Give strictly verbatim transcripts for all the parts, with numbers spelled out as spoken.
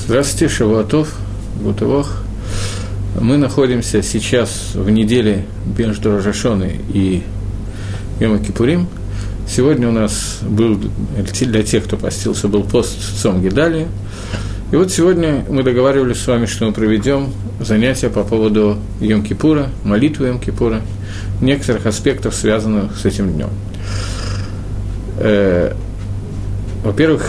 Здравствуйте, Шавуа Тов, Гутывох. Мы находимся сейчас в неделе между Рош ха-Шана и Йом Кипурим. Сегодня у нас был, для тех, кто постился, был пост Цом Гедалия. И вот сегодня мы договаривались с вами, что мы проведем занятия по поводу Йом Кипура, молитвы Йом Кипура, некоторых аспектов, связанных с этим днем. Э, во-первых,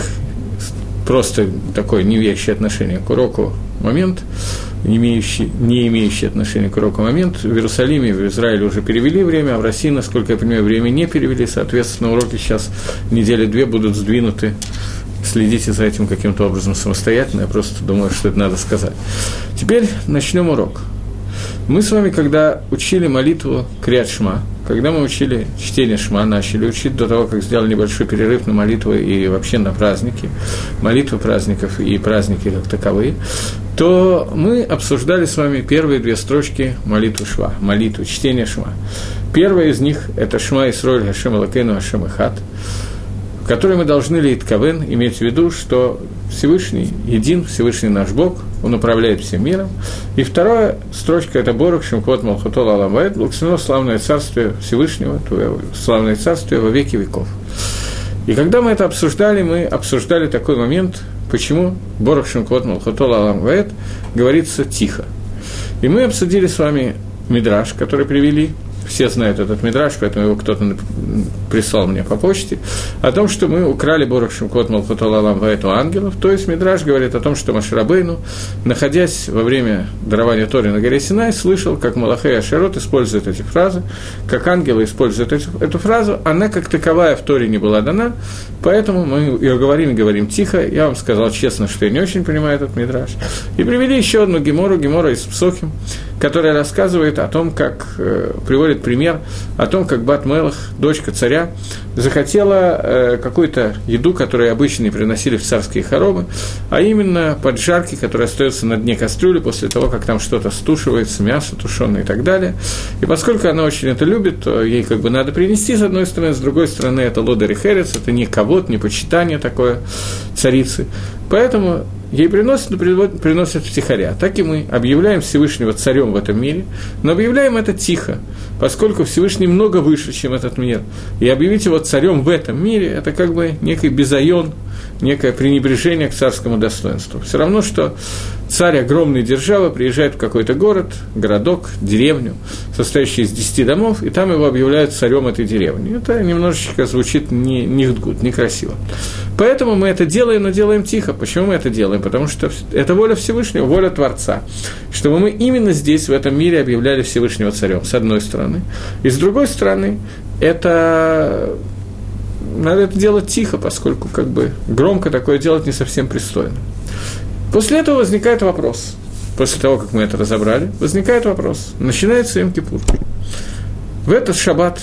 просто такое не имеющее отношение к уроку момент, не имеющий, не имеющий отношения к уроку момент. В Иерусалиме, в Израиле уже перевели время, а в России, насколько я понимаю, время не перевели. Соответственно, уроки сейчас недели-две будут сдвинуты. Следите за этим каким-то образом самостоятельно. Я просто думаю, что это надо сказать. Теперь начнем урок. Мы с вами, когда учили молитву Криат Шма, когда мы учили чтение Шма, начали учить до того, как сделали небольшой перерыв на молитвы и вообще на праздники, молитвы праздников и праздники как таковые, то мы обсуждали с вами первые две строчки молитвы Шма, молитвы, чтения Шма. Первая из них – это Шма Исроэль Хашем Элокейну Хашем Эхад, в которой мы должны лейтковен иметь в виду, что Всевышний един, Всевышний наш Бог, Он управляет всем миром. И вторая строчка – это Борух Шемкот Малхутол Алам Ваэд, благословено славное царствие Всевышнего, славное царствие во веки веков. И когда мы это обсуждали, мы обсуждали такой момент, почему Борух Шемкот Малхутол Алам Ваэд говорится тихо. И мы обсудили с вами мидраш, который привели. Все знают этот мидраш, поэтому его кто-то прислал мне по почте, о том, что мы украли Борух Шемкот Малхутол Алам Ваэд у ангелов. То есть мидраш говорит о том, что Моше Рабейну, находясь во время дарования Торы на горе Синай, слышал, как Малахей Ашерот используют эти фразы, как ангелы используют эту, эту фразу. Она как таковая в Торе не была дана, поэтому мы ее говорим и говорим тихо. Я вам сказал честно, что я не очень понимаю этот мидраш. И привели еще одну гемору, гемора из Псохим, которая рассказывает о том, как э, приводит пример о том, как Бат Мелах, дочка царя, захотела э, какую-то еду, которую обычно не приносили в царские хоромы, а именно поджарки, которые остаются на дне кастрюли после того, как там что-то стушивается, мясо тушеное и так далее. И поскольку она очень это любит, то ей как бы надо принести, с одной стороны, с другой стороны, это лодер херец, это не кавод, не почитание такое царицы. Поэтому ей приносят, но приносят втихаря. Так и мы объявляем Всевышнего царем в этом мире, но объявляем это тихо, поскольку Всевышний много выше, чем этот мир. И объявить его царем в этом мире – это как бы некий безайон, некое пренебрежение к царскому достоинству. Все равно, что царь огромной державы приезжает в какой-то город, городок, деревню, состоящий из десяти домов, и там его объявляют царем этой деревни. Это немножечко звучит не, не гуд, некрасиво. Поэтому мы это делаем, но делаем тихо. Почему мы это делаем? Потому что это воля Всевышнего, воля Творца. Чтобы мы именно здесь, в этом мире, объявляли Всевышнего царем, с одной стороны. И с другой стороны, это... надо это делать тихо, поскольку как бы громко такое делать не совсем пристойно. После этого возникает вопрос. После того, как мы это разобрали, возникает вопрос. Начинается Йом Кипур. В этот шаббат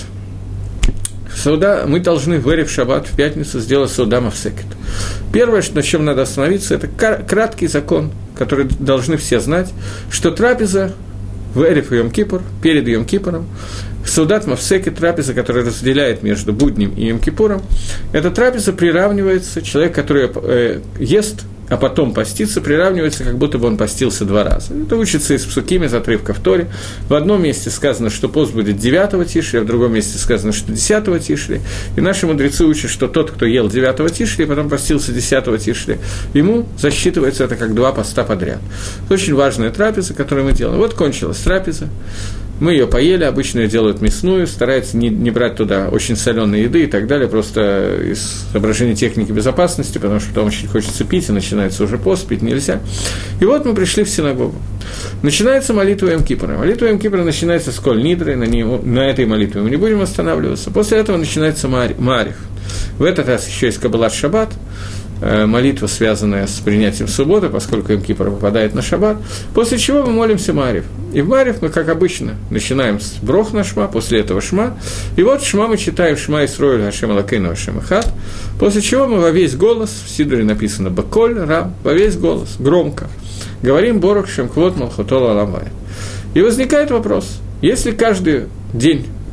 Сауда, мы должны в Эрев шаббат, в пятницу, сделать Сауда Мавсекет. Первое, на чем надо остановиться, это краткий закон, который должны все знать, что трапеза в Эрев и Йом Кипур, перед Йом Кипуром, Саудат Мавсекет, трапеза, которая разделяет между будним и Йом Кипуром, эта трапеза приравнивается, человек, который э, ест, а потом постится, приравнивается, как будто бы он постился два раза. Это учится из псуким, из отрывка в Торе. В одном месте сказано, что пост будет девятого Тишри, а в другом месте сказано, что десятого Тишри. И наши мудрецы учат, что тот, кто ел девятого Тишри, и потом постился десятого Тишри, ему засчитывается это как два поста подряд. Это очень важная трапеза, которую мы делаем. Вот кончилась трапеза. Мы ее поели, обычно ее делают мясную, стараются не, не брать туда очень соленой еды и так далее, просто из соображения техники безопасности, потому что там очень хочется пить, и начинается уже пост, пить нельзя. И вот мы пришли в синагогу. Начинается молитва Йом Кипура. Молитва Йом Кипура начинается с Коль Нидры, на, ней, на этой молитве мы не будем останавливаться. После этого начинается Маариф. В этот раз еще есть Каббалат Шаббат, молитва, связанная с принятием субботы, поскольку Йом Кипур выпадает на шаббат, после чего мы молимся Маариф. И в Маариф мы, как обычно, начинаем с брох на Шма, после этого Шма, и вот Шма мы читаем Шма Исроэль Хашем Элокейну Хашем Эхад, после чего мы во весь голос, в Сидуре написано Баколь, Рам, во весь голос, громко, говорим Борух Шемквот Малхутол Алам Ваэд. И возникает вопрос, если каждый день,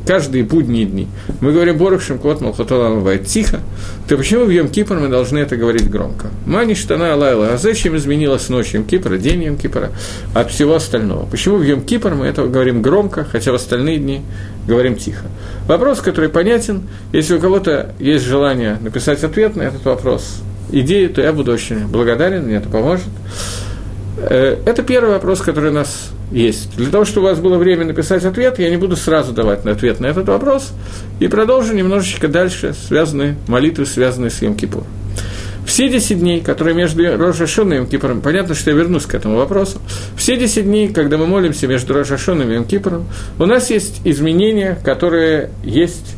каждые будние дни мы говорим «Борух Шемкот Малхот Олам Ваэт» тихо, то почему в Йом-Кипр мы должны это говорить громко? Мани штана алайла, а зачем изменилась ночь Йом-Кипра, день Йом-Кипра от всего остального? Почему в Йом-Кипр мы это говорим громко, хотя в остальные дни говорим тихо? Вопрос, который понятен. Если у кого-то есть желание написать ответ на этот вопрос, идею, то я буду очень благодарен, мне это поможет. Это первый вопрос, который у нас есть. Для того, чтобы у вас было время написать ответ, я не буду сразу давать ответ на этот вопрос, и продолжу немножечко дальше связанные молитвы, связанные с Йом-Кипуром. Все десять дней, которые между Рош ха-Шана и Йом-Кипуром, понятно, что я вернусь к этому вопросу, все десять дней, когда мы молимся между Рош ха-Шана и Йом-Кипуром, у нас есть изменения, которые есть...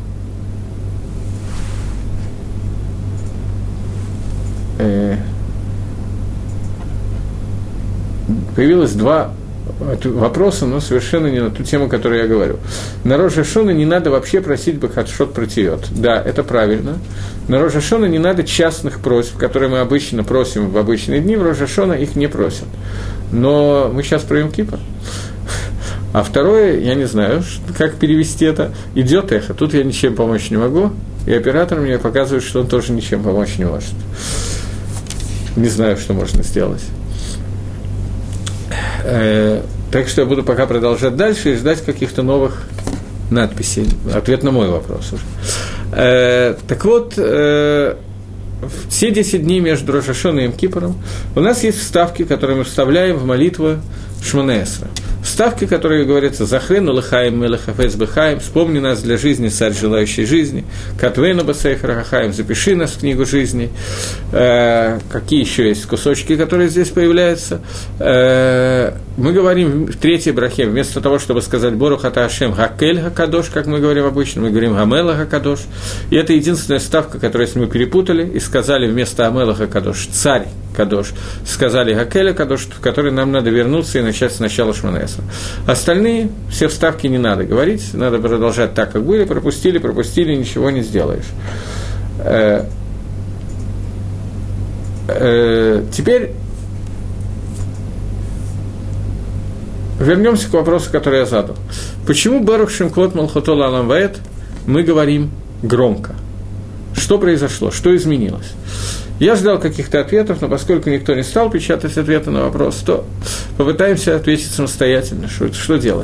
Э- Появилось два вопроса, но совершенно не на ту тему, о которой я говорю. На Рош ха-Шана не надо вообще просить Бахадшот Пратиот. Да, это правильно. На Рош ха-Шана не надо частных просьб, которые мы обычно просим в обычные дни, в Рош ха-Шана их не просят. Но мы сейчас про Йом-Кипр. А второе, я не знаю, как перевести это. Идет эхо, тут я ничем помочь не могу, и оператор мне показывает, что он тоже ничем помочь не может. Не знаю, что можно сделать. Э, так что я буду пока продолжать дальше и ждать каких-то новых надписей. Ответ на мой вопрос уже. Э, так вот, э, все десять дней между Рош ха-Шана и Йом-Кипуром у нас есть вставки, которые мы вставляем в молитву Шмона Эсра. Вставки, которые говорятся «Захрену лыхаем мелех хафец бэхаем», «Вспомни нас для жизни, царь желающий жизни», «Катвейну басейфер хахаем», «Запиши нас в книгу жизни». Э, какие еще есть кусочки, которые здесь появляются? Э, мы говорим в третьей брахе, вместо того, чтобы сказать «Борух ата Ашем хакель хакадош», как мы говорим обычно, мы говорим «Гамела хакадош». И это единственная вставка, которую, если мы перепутали и сказали вместо «Амела хакадош» «Царь кадош», сказали «Гакеля кадош», в который нам надо вернуться и начать сначала Шмона Эсра. Остальные, все вставки не надо говорить, надо продолжать так, как были, пропустили, пропустили, ничего не сделаешь. Э, э, теперь вернемся к вопросу, который я задал. Почему Борух Шемкот Малхот Олам Ваэт мы говорим громко? Что произошло? Что изменилось? Я ждал каких-то ответов, но поскольку никто не стал печатать ответы на вопрос, то попытаемся ответить самостоятельно. Что, что делать?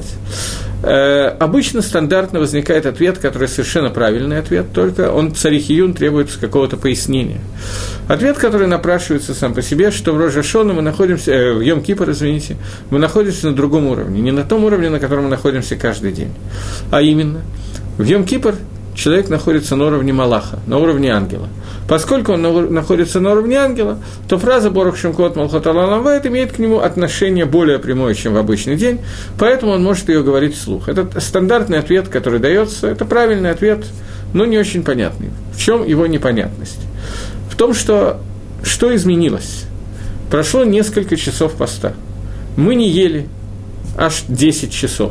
Э, обычно стандартно возникает ответ, который совершенно правильный ответ, только он царих Июн требует какого-то пояснения. Ответ, который напрашивается сам по себе, что в Рош ха-Шана мы находимся, э, в Йом-Кипр, извините, мы находимся на другом уровне, не на том уровне, на котором мы находимся каждый день. А именно, в Йом-Кипр человек находится на уровне Малаха, на уровне ангела. Поскольку он находится на уровне ангела, то фраза «Борух Шемкот Малхот Олам Ваэт» имеет к нему отношение более прямое, чем в обычный день, поэтому он может ее говорить вслух. Это стандартный ответ, который дается, это правильный ответ, но не очень понятный. В чем его непонятность? В том, что что изменилось? Прошло несколько часов поста. Мы не ели аж десять часов.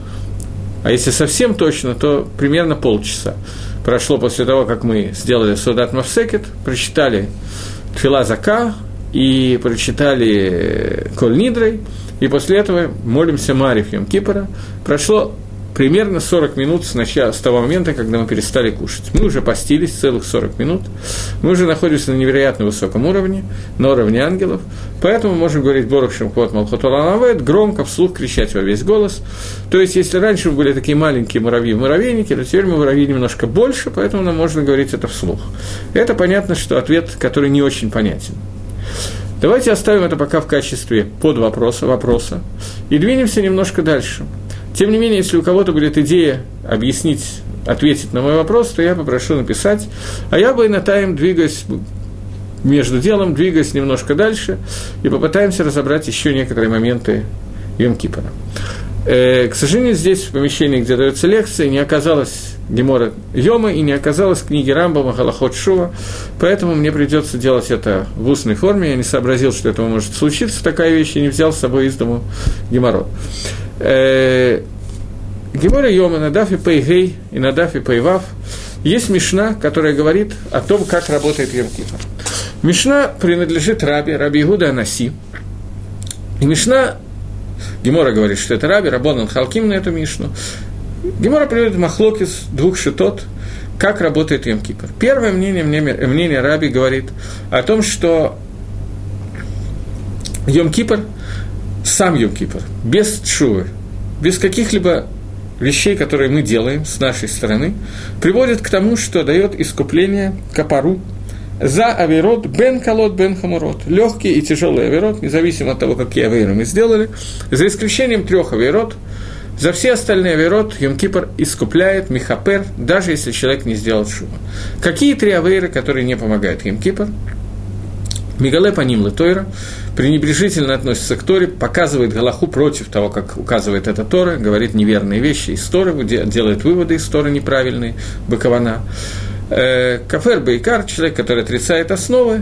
А если совсем точно, то примерно полчаса прошло после того, как мы сделали Судат Мавсекет, прочитали Тфила Зака и прочитали Коль Нидрой, и после этого молимся Марив Йом-Кипура. Прошло примерно сорок минут с, начала, с того момента, когда мы перестали кушать. Мы уже постились целых сорок минут, мы уже находимся на невероятно высоком уровне, на уровне ангелов, поэтому можем говорить «Борух Шемкот Малхот Олам Ваэт» громко, вслух, кричать во весь голос. То есть, если раньше мы были такие маленькие муравьи-муравейники, то теперь мы муравьи немножко больше, поэтому нам можно говорить это вслух. Это понятно, что ответ, который не очень понятен. Давайте оставим это пока в качестве подвопроса, вопроса, и двинемся немножко дальше. Тем не менее, если у кого-то будет идея объяснить, ответить на мой вопрос, то я попрошу написать, а я бы и на тайм, двигаясь между делом, двигаясь немножко дальше, и попытаемся разобрать еще некоторые моменты Йом-Кипура. Э, к сожалению, здесь, в помещении, где дается лекция, не оказалось Гемора Йома и не оказалось книги Рамбама Галахот Шува, поэтому мне придется делать это в устной форме. Я не сообразил, что это может случиться, такая вещь, и не взял с собой из дому Геморот. Э, Гемора Йома на дафе Пейгей и на дафе Пейвав есть Мишна, которая говорит о том, как работает Йом-Кипур. Мишна принадлежит Раби, Раби Иуда Анаси. И Мишна, Гемора говорит, что это Раби, Рабонан Халким на эту Мишну. Гемара приводит махлокис двух шитот, как работает Йом-Кипр. Первое мнение, мнение, мнение Раби говорит о том, что Йом-Кипр, сам Йом-Кипр, без тшувы, без каких-либо вещей, которые мы делаем с нашей стороны, приводит к тому, что дает искупление капару за авирот бен колот бен хамурот. Легкий и тяжелый авирот, независимо от того, какие авиры мы сделали, за исключением трех авирот. За все остальные авирот Йом-Кипр искупляет михапер, даже если человек не сделал шува. Какие три авейры, которые не помогают Йом-Кипр? Мигале паним ле-тойра, пренебрежительно относится к Торе, показывает галаху против того, как указывает эта Тора, говорит неверные вещи из Торы, делает выводы из Торы неправильные, бакавана. Э, кафер бейкар, человек, который отрицает основы,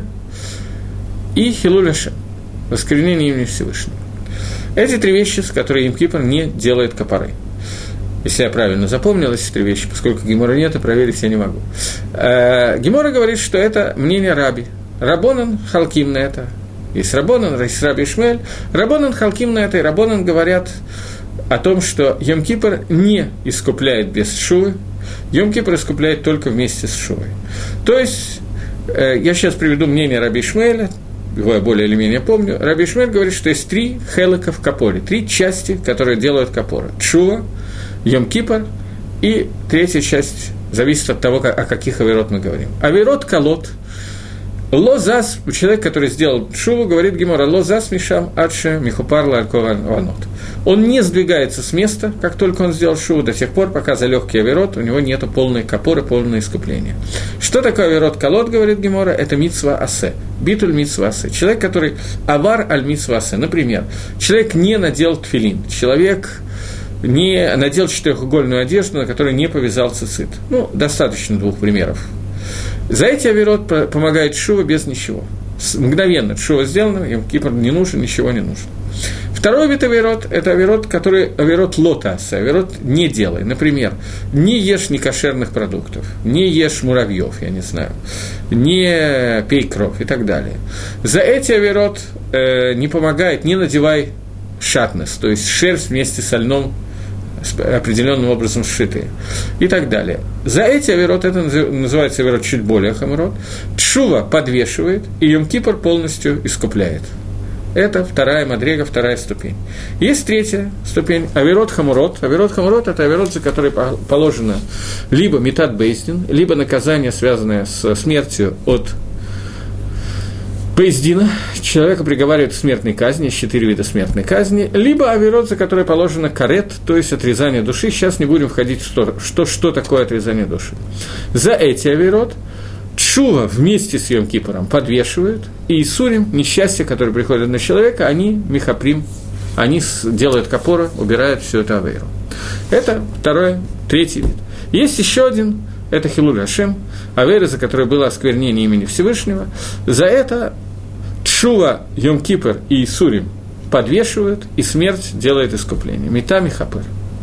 и хилуль ашем, воскренение имени Всевышнего. Эти три вещи, с которыми Йом-Кипр не делает капары. Если я правильно запомнил эти три вещи, поскольку Гемора нет, и проверить я не могу. Э, Гемора говорит, что это мнение Раби. Рабонан халким на это. Есть Рабонан, есть Раби Ишмаэль. Рабонан халким на это, и Рабонан говорят о том, что Йом-Кипр не искупляет без шувы, Йом-Кипр искупляет только вместе с шувой. То есть, э, я сейчас приведу мнение Раби Ишмаэля, его я более или менее помню. Раби Ишмаэль говорит, что есть три хелека в капоре, три части, которые делают капора. Тшува, Йом-Кипр и третья часть, зависит от того, о каких авирот мы говорим. Авирот колот. Лозас, человек, который сделал шуву, говорит Гемора, лозас мишам адше михупарла алькованот. Он не сдвигается с места, как только он сделал шуву, до тех пор, пока за легкий авирот у него нет полной капоры, полное искупление. Что такое авирот колот, говорит Гемора, это мицва асе, битуль мицва асе. Человек, который авар аль мицва асе. Например, человек не надел тфилин, человек не надел четырехугольную одежду, на которой не повязал цицит. Ну, достаточно двух примеров. За эти авирот помогает шува без ничего. Мгновенно шува сделана, Йом-Кипр не нужен, ничего не нужно. Второй вид авирот – это авирот, который авирот лотаса, авирот не делай. Например, не ешь некошерных продуктов, не ешь муравьев, я не знаю, не пей кровь и так далее. За эти авирот э, не помогает, не надевай шатнес, то есть шерсть вместе с льном, определенным образом сшитые, и так далее. За эти авирот, это называется авирот чуть более хамурот, тшува подвешивает, и Йом-Кипр полностью искупляет. Это вторая мадрега, вторая ступень. Есть третья ступень, авирот хамурот. Авирот хамурот – это авирот, за который положено либо метат бейздин, либо наказание, связанное с смертью от бейздина, человека приговаривают к смертной казни, есть четыре вида смертной казни, либо авирот, за который положено карет, то есть отрезание души. Сейчас не будем входить в то, что, что такое отрезание души. За эти авирот тшува вместе с Йом-Кипром подвешивают, и Исурим, несчастья, которые приходят на человека, они михаприм, они делают капора, убирают всю эту авейру. Это второй, третий вид. Есть еще один. Это хилуль ашем, авейра, за которой было осквернение имени Всевышнего. За это тшува, Йом-Кипр и Исурим подвешивают, и смерть делает искупление. Мита михапер.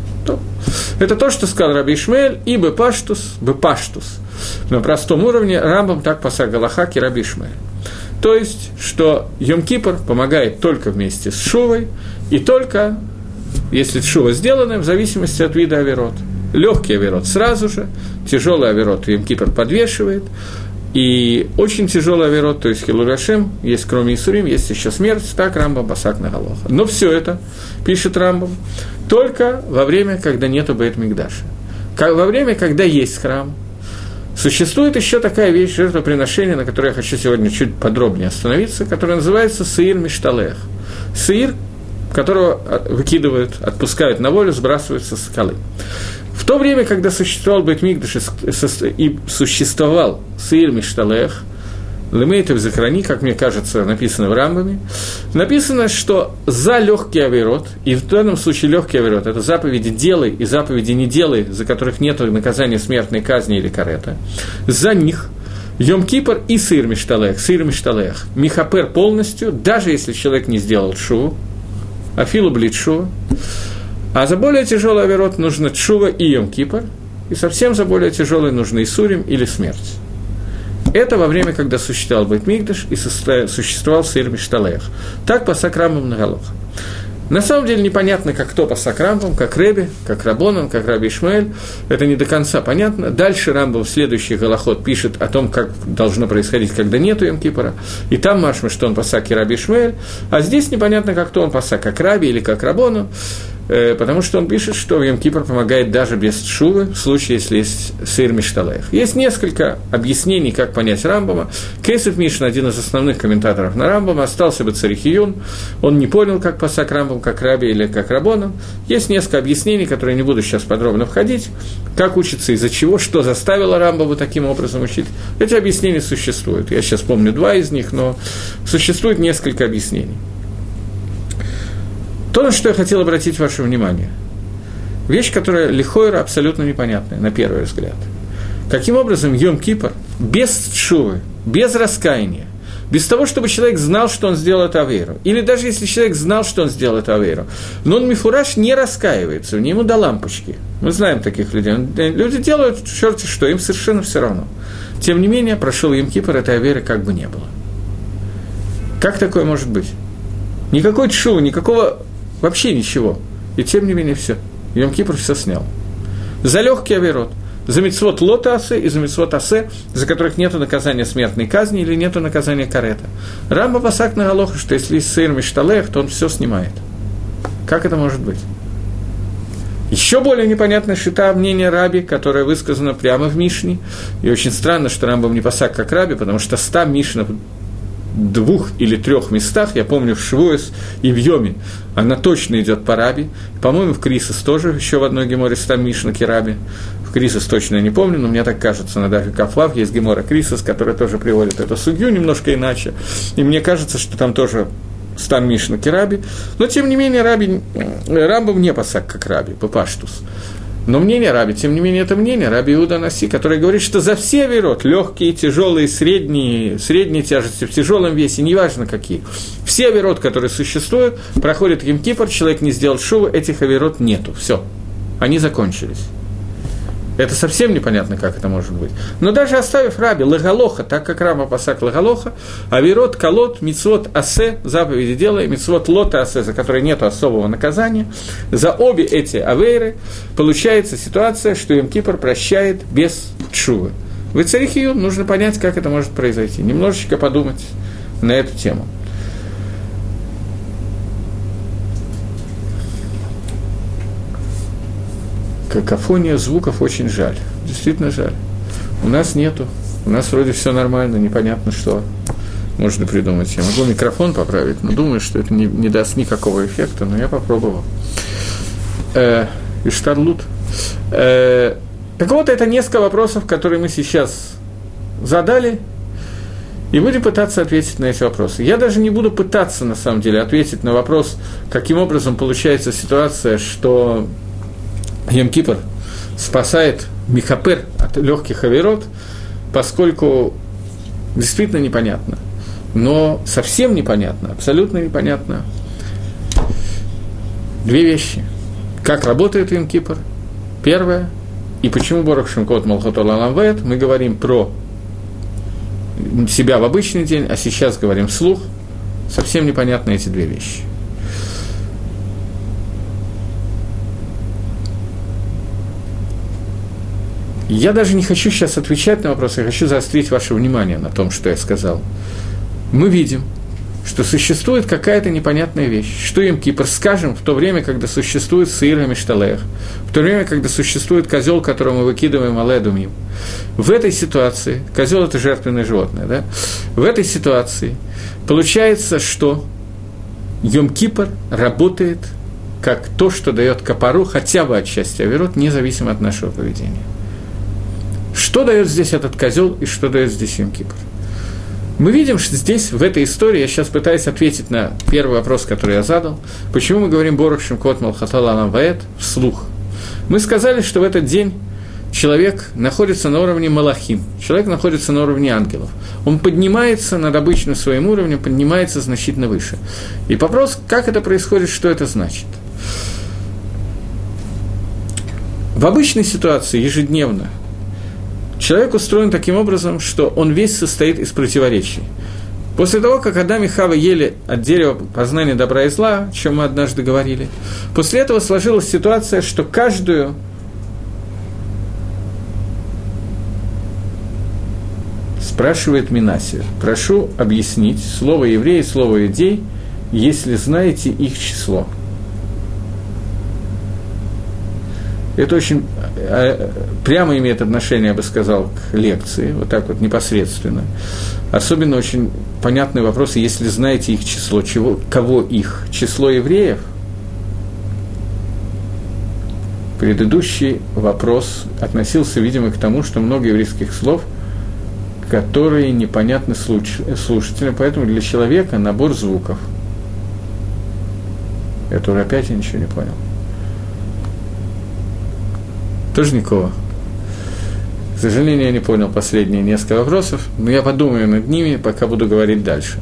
Это то, что сказал Раби Ишмаэль, и бепаштус, бепаштус. На простом уровне Рамбам так пасак галахаки Раби Ишмаэль. То есть, что Йом-Кипр помогает только вместе с шувой, и только, если шува сделана, в зависимости от вида авирот. Легкий авирот сразу же, тяжелый авирот Йом-Кипр подвешивает, и очень тяжелый авирот, то есть хилуль ашем, есть кроме Исурим, есть еще смерть, так Рамбам пасак на галоха. Но все это, пишет Рамбам, только во время, когда нету бейт-микдаша. Во время, когда есть храм. Существует еще такая вещь, жертвоприношение, на которой я хочу сегодня чуть подробнее остановиться, которая называется сеир мишталех. Сеир, которого выкидывают, отпускают на волю, сбрасывают со скалы. В то время, когда существовал бейт-микдаш и существовал сеир мишталех, лемейтов захрани, как мне кажется, написано в Рамбаме, написано, что за легкий авирот, и в данном случае легкий авирот, это заповеди «делай» и заповеди «не делай», за которых нет наказания смертной казни или карета, за них Йом-Кипр и сеир мишталех, сеир мишталех, михапер полностью, даже если человек не сделал шуву, афилу блит шува, а за более тяжелый авирот нужно тшува и Йом-Кипр, и совсем за более тяжелый нужно Исурим или смерть. Это во время, когда существовал бейт-микдаш и существовал сеир мишталех. Так пасак Рамбам на галоха. На самом деле непонятно, как кто пасак Рамбам, как Реби, как Рабонан, как Раби Ишмаэль. Это не до конца понятно. Дальше Рамбам в следующий галахот пишет о том, как должно происходить, когда нету Йом-Кипура. И там машма, что он пасак и Раби Ишмаэль. А здесь непонятно, как кто он пасак, как Раби или как Рабонан. Потому что он пишет, что Йом-Кипур помогает даже без тшувы, в случае, если есть сыр мишталех. Есть несколько объяснений, как понять Рамбама. Кейсов Мишна, один из основных комментаторов на Рамбама, остался бы Царихиюн. Он не понял, как пасак Рамбам, как Раби или как Рабонан. Есть несколько объяснений, которые не буду сейчас подробно входить. Как учится, из-за чего, что заставило Рамбаму таким образом учить. Эти объяснения существуют. Я сейчас помню два из них, но существует несколько объяснений. То, на что я хотел обратить ваше внимание. Вещь, которая лихойра абсолютно непонятная, на первый взгляд. Каким образом Йом-Кипур без тшувы, без раскаяния, без того, чтобы человек знал, что он сделал это авейру, или даже если человек знал, что он сделал это авейру, но он мифураж не раскаивается, не ему до лампочки. Мы знаем таких людей. Люди делают черти что, им совершенно все равно. Тем не менее, прошел Йом-Кипур, этой авейры как бы не было. Как такое может быть? Никакой тшувы, никакого... Вообще ничего. И тем не менее все. Йом-Кипур все снял. За легкий авейрот. За мицвот лота асе и за мицвот асе, за которых нет наказания смертной казни или нет наказания карета. Рамба пасак на галоху, что если есть сыр мишталех, то он все снимает. Как это может быть? Еще более непонятная шита мнения Раби, которая высказана прямо в Мишне. И очень странно, что Рамбам не пасак как Раби, потому что ста Мишна двух или трех местах, я помню, в Швуэс и в Йоме, она точно идет по Раби. По-моему, в Крисос тоже, еще в одной геморе там Мишна Кераби. В Крисос точно я не помню, но мне так кажется, на Дафе Кафлав есть гемора Крисос, которая тоже приводит эту судью немножко иначе. И мне кажется, что там тоже стам Мишна Кераби. Но, тем не менее, Раби, Рамбам не пасак как Раби, Папаштус. Но мнение Раби, тем не менее, это мнение Раби Иуда Наси, который говорит, что за все авейрот, легкие, тяжелые, средние, средней тяжести, в тяжелом весе, неважно какие, все авейрот, которые существуют, проходит Йом-Кипур, человек не сделал шуву, этих авейрот нету, все, они закончились. Это совсем непонятно, как это может быть. Но даже оставив Раби Лагалоха, так как Рама пасак Лагалоха, авейрот, колот, мицвот асе, заповеди делай, мицвот лота асе, за которые нет особого наказания, за обе эти авейры получается ситуация, что Йом-Кипур прощает без тшувы. В Царихию нужно понять, как это может произойти, немножечко подумать на эту тему. Какофония звуков очень жаль, действительно жаль. У нас нету, у нас вроде все нормально, непонятно, что можно придумать. Я могу микрофон поправить, но думаю, что это не, не даст никакого эффекта, но я попробовал. Э, Иштарлут. Э, так вот, это несколько вопросов, которые мы сейчас задали, и будем пытаться ответить на эти вопросы. Я даже не буду пытаться, на самом деле, ответить на вопрос, каким образом получается ситуация, что Йом-Кипур спасает Михапер от легких авейрот, поскольку действительно непонятно. Но совсем непонятно, абсолютно непонятно две вещи. Как работает Йом-Кипур, первое, и почему Борух Шем-Кот Малхот Олам Ваэт, мы говорим про себя в обычный день, а сейчас говорим вслух, совсем непонятны эти две вещи. Я даже не хочу сейчас отвечать на вопросы, я хочу заострить ваше внимание на том, что я сказал. Мы видим, что существует какая-то непонятная вещь. Что Йом-Кипур, скажем, в то время, когда существует сеир мишталех, в то время, когда существует козел, которого мы выкидываем аледумим. В этой ситуации, козел – это жертвенное животное, да? В этой ситуации получается, что Йом-Кипур работает как то, что дает капару, хотя бы отчасти авейрот, независимо от нашего поведения. Что дает здесь этот козел и что дает здесь Йом-Кипур? Мы видим, что здесь, в этой истории, я сейчас пытаюсь ответить на первый вопрос, который я задал, почему мы говорим «Борух Шем-Кот Малхот Олам Ваэт» вслух. Мы сказали, что в этот день человек находится на уровне малахим, человек находится на уровне ангелов. Он поднимается над обычным своим уровнем, поднимается значительно выше. И вопрос, как это происходит, что это значит? В обычной ситуации, ежедневно, человек устроен таким образом, что он весь состоит из противоречий. После того, как Адам и Хава ели от дерева познания добра и зла, о чем мы однажды говорили, после этого сложилась ситуация, что каждую спрашивает Минасия: прошу объяснить слово «еврей» и слово «иудей», если знаете их число. Это очень прямо имеет отношение, я бы сказал, к лекции, вот так вот непосредственно. Особенно очень понятные вопросы, если знаете их число, чего, кого их, число евреев. Предыдущий вопрос относился, видимо, к тому, что много еврейских слов, которые непонятны слушателям, поэтому для человека набор звуков. Это уже опять я ничего не понял. Тоже никого. К сожалению, я не понял последние несколько вопросов, но я подумаю над ними, пока буду говорить дальше.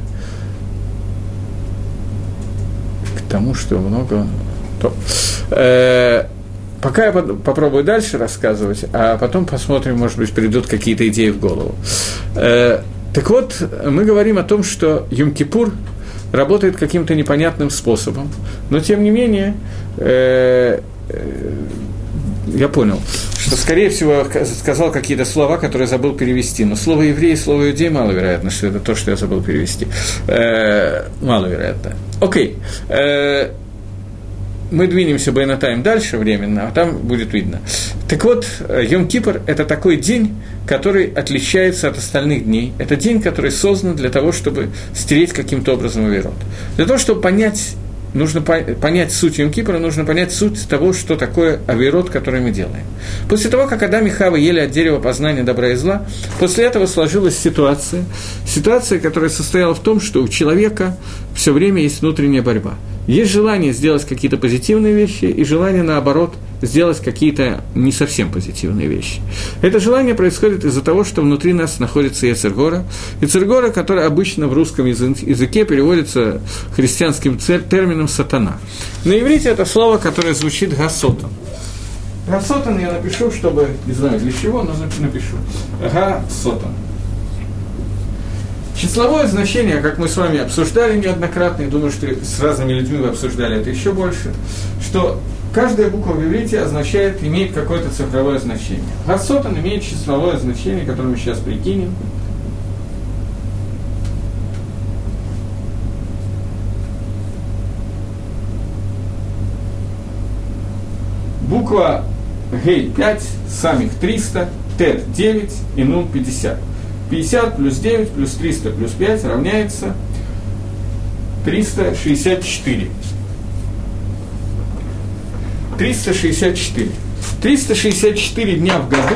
К тому, что много... То. Э-э- пока я под- попробую дальше рассказывать, а потом посмотрим, может быть, придут какие-то идеи в голову. Э-э- так вот, мы говорим о том, что Йом-Кипур работает каким-то непонятным способом, но, тем не менее... Э-э- Я понял, что, скорее всего, сказал какие-то слова, которые забыл перевести. Но слово «еврей» и слово «иудей» маловероятно, что это то, что я забыл перевести. Э-э- маловероятно. Окей. Э-э- мы двинемся бейнатайм дальше временно, а там будет видно. Так вот, Йом-Кипр – это такой день, который отличается от остальных дней. Это день, который создан для того, чтобы стереть каким-то образом авирот. Для того, чтобы понять... Нужно понять суть Йом-Кипра, нужно понять суть того, что такое авирот, который мы делаем. После того, как Адам и Хава ели от дерева познания добра и зла, после этого сложилась ситуация, ситуация, которая состояла в том, что у человека все время есть внутренняя борьба. Есть желание сделать какие-то позитивные вещи и желание, наоборот, сделать какие-то не совсем позитивные вещи. Это желание происходит из-за того, что внутри нас находится Йецер Гора. Йецер Гора, который обычно в русском языке переводится христианским термином «сатана». На иврите это слово, которое звучит «гасотан». «Гасотан» я напишу, чтобы, не знаю для чего, но напишу. «Гасотан». Числовое значение, как мы с вами обсуждали неоднократно, и думаю, что с разными людьми вы обсуждали это еще больше, что каждая буква в иврите означает, имеет какое-то цифровое значение. Гасотан имеет числовое значение, которое мы сейчас прикинем. Буква Гей пять, Самих триста, Тет девять и Нун пятьдесят. пятьдесят плюс девять плюс триста плюс пять равняется триста шестьдесят четыре. триста шестьдесят четыре. триста шестьдесят четыре дня в году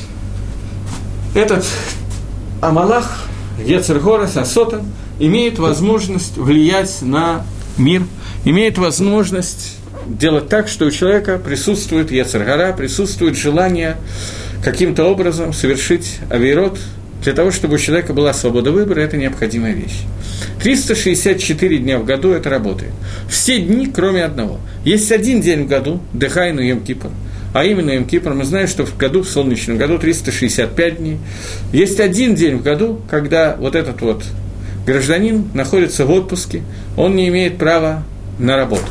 этот Амалах, Йецер Гора, Сасотан, имеет возможность влиять на мир, имеет возможность делать так, что у человека присутствует Йецер Гора, присутствует желание каким-то образом совершить авейрот. Для того, чтобы у человека была свобода выбора, это необходимая вещь. триста шестьдесят четыре дня в году это работает. Все дни, кроме одного. Есть один день в году, Дехайну Йом-Кипр, а именно Йом-Кипр. Мы знаем, что в году, в солнечном году, триста шестьдесят пять дней. Есть один день в году, когда вот этот вот гражданин находится в отпуске, он не имеет права на работу.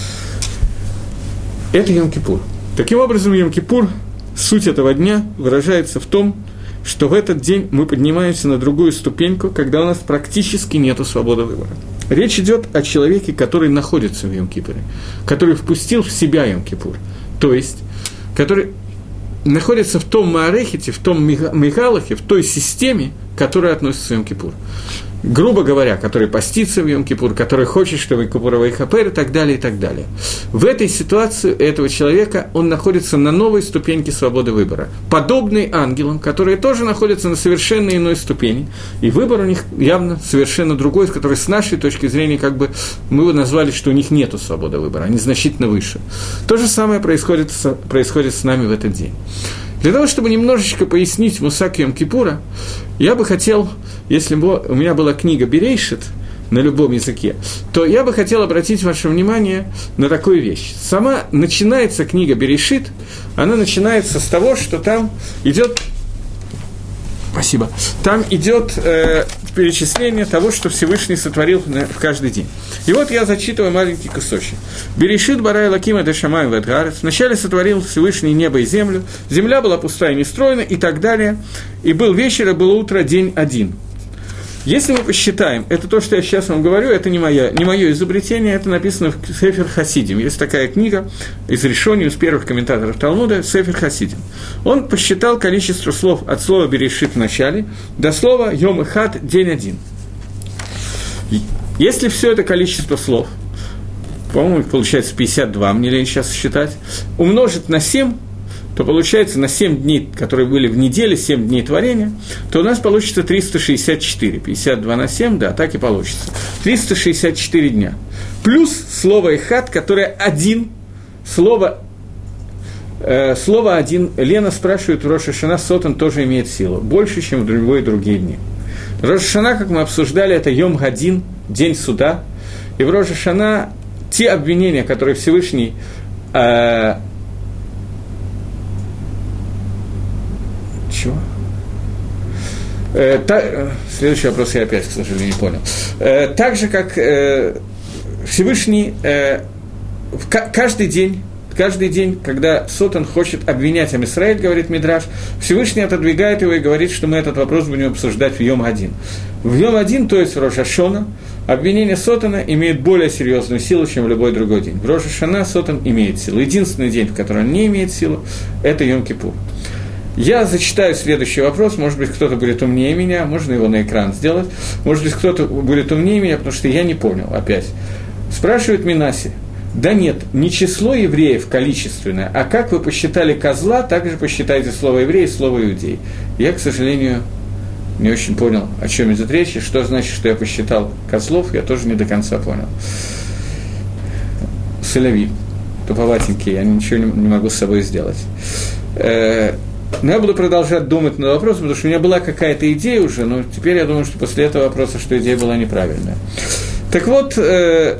Это Йом-Кипур. Таким образом, Йом-Кипур, суть этого дня выражается в том, что в этот день мы поднимаемся на другую ступеньку, когда у нас практически нет свободы выбора. Речь идет о человеке, который находится в Йом-Кипуре, который впустил в себя Йом-Кипур, то есть, который находится в том маарехете, в том мигалахе, в той системе, которая относится к Йом-Кипур. Грубо говоря, который постится в Йом-Кипур, который хочет, чтобы Кипура вайхапер и так далее, и так далее. В этой ситуации этого человека он находится на новой ступеньке свободы выбора, подобный ангелам, которые тоже находятся на совершенно иной ступени, и выбор у них явно совершенно другой, который с нашей точки зрения, как бы мы его назвали, что у них нет свободы выбора, они значительно выше. То же самое происходит, происходит с нами в этот день. Для того, чтобы немножечко пояснить мусак Йом-Кипура, я бы хотел, если бы у меня была книга Берейшит на любом языке, то я бы хотел обратить ваше внимание на такую вещь. Сама начинается книга Берейшит, она начинается с того, что там идет Спасибо. Там идет э, перечисление того, что Всевышний сотворил в каждый день. И вот я зачитываю маленький кусочек. «Берешит бара элоким эд ашамаим вэд гаарец». Вначале сотворил Всевышний небо и землю. Земля была пустая и нестроена, и так далее. И был вечер, и было утро, день один. Если мы посчитаем, это то, что я сейчас вам говорю, это не, моя, не мое изобретение, это написано в Сефер Хасидим. Есть такая книга из решений, из первых комментаторов Талмуда, Сефер Хасидим. Он посчитал количество слов от слова «берешит» в начале до слова «йом эхад» – день один. Если все это количество слов, по-моему, их получается пятьдесят два, мне лень сейчас считать, умножить на семь, то получается на семь дней, которые были в неделе, семь дней творения, то у нас получится триста шестьдесят четыре. пятьдесят два на семь, да, так и получится. триста шестьдесят четыре дня. Плюс слово «эхад», которое один, слово, э, слово один. Лена спрашивает, в Рош ха-Шана сотан тоже имеет силу. Больше, чем в любые другие дни. Рош ха-Шана, как мы обсуждали, это Йом Гадин, день суда. И в Рош ха-Шана те обвинения, которые Всевышний... Э, Чего? Э, та, следующий вопрос я опять, к сожалению, не понял. Э, так же, как э, Всевышний э, в к- каждый день, каждый день, когда Сотан хочет обвинять Ам Исраэль, говорит Мидраш, Всевышний отодвигает его и говорит, что мы этот вопрос будем обсуждать в Йом Один. В Йом Один, то есть в Рош ха-Шана, обвинение Сотана имеет более серьезную силу, чем в любой другой день. В Рош ха-Шана Сотан имеет силу. Единственный день, в котором он не имеет силу, это Йом-Кипур. Я зачитаю следующий вопрос, может быть, кто-то будет умнее меня, можно его на экран сделать, может быть, кто-то будет умнее меня, потому что я не понял опять. Спрашивает Минаси, да нет, не число евреев количественное, а как вы посчитали козла, так же посчитайте слово еврей и слово иудей. Я, к сожалению, не очень понял, о чем идет речь, и что значит, что я посчитал козлов, я тоже не до конца понял. Солови, туповатенький, я ничего не, не могу с собой сделать. Но я буду продолжать думать над вопросом, потому что у меня была какая-то идея уже, но теперь я думаю, что после этого вопроса, что идея была неправильная. Так вот, э,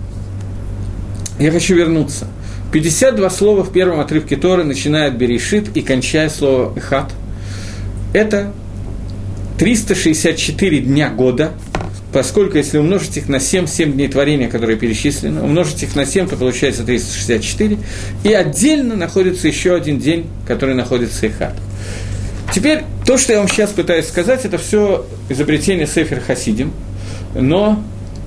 я хочу вернуться. пятьдесят два слова в первом отрывке Торы, начиная от «берешит» и кончая слово «эхад». Это триста шестьдесят четыре дня года, поскольку если умножить их на семь, семь дней творения, которые перечислены, умножить их на семь, то получается триста шестьдесят четыре, и отдельно находится еще один день, который находится эхад. Теперь, то, что я вам сейчас пытаюсь сказать, это все изобретение Сефер Хасидим, но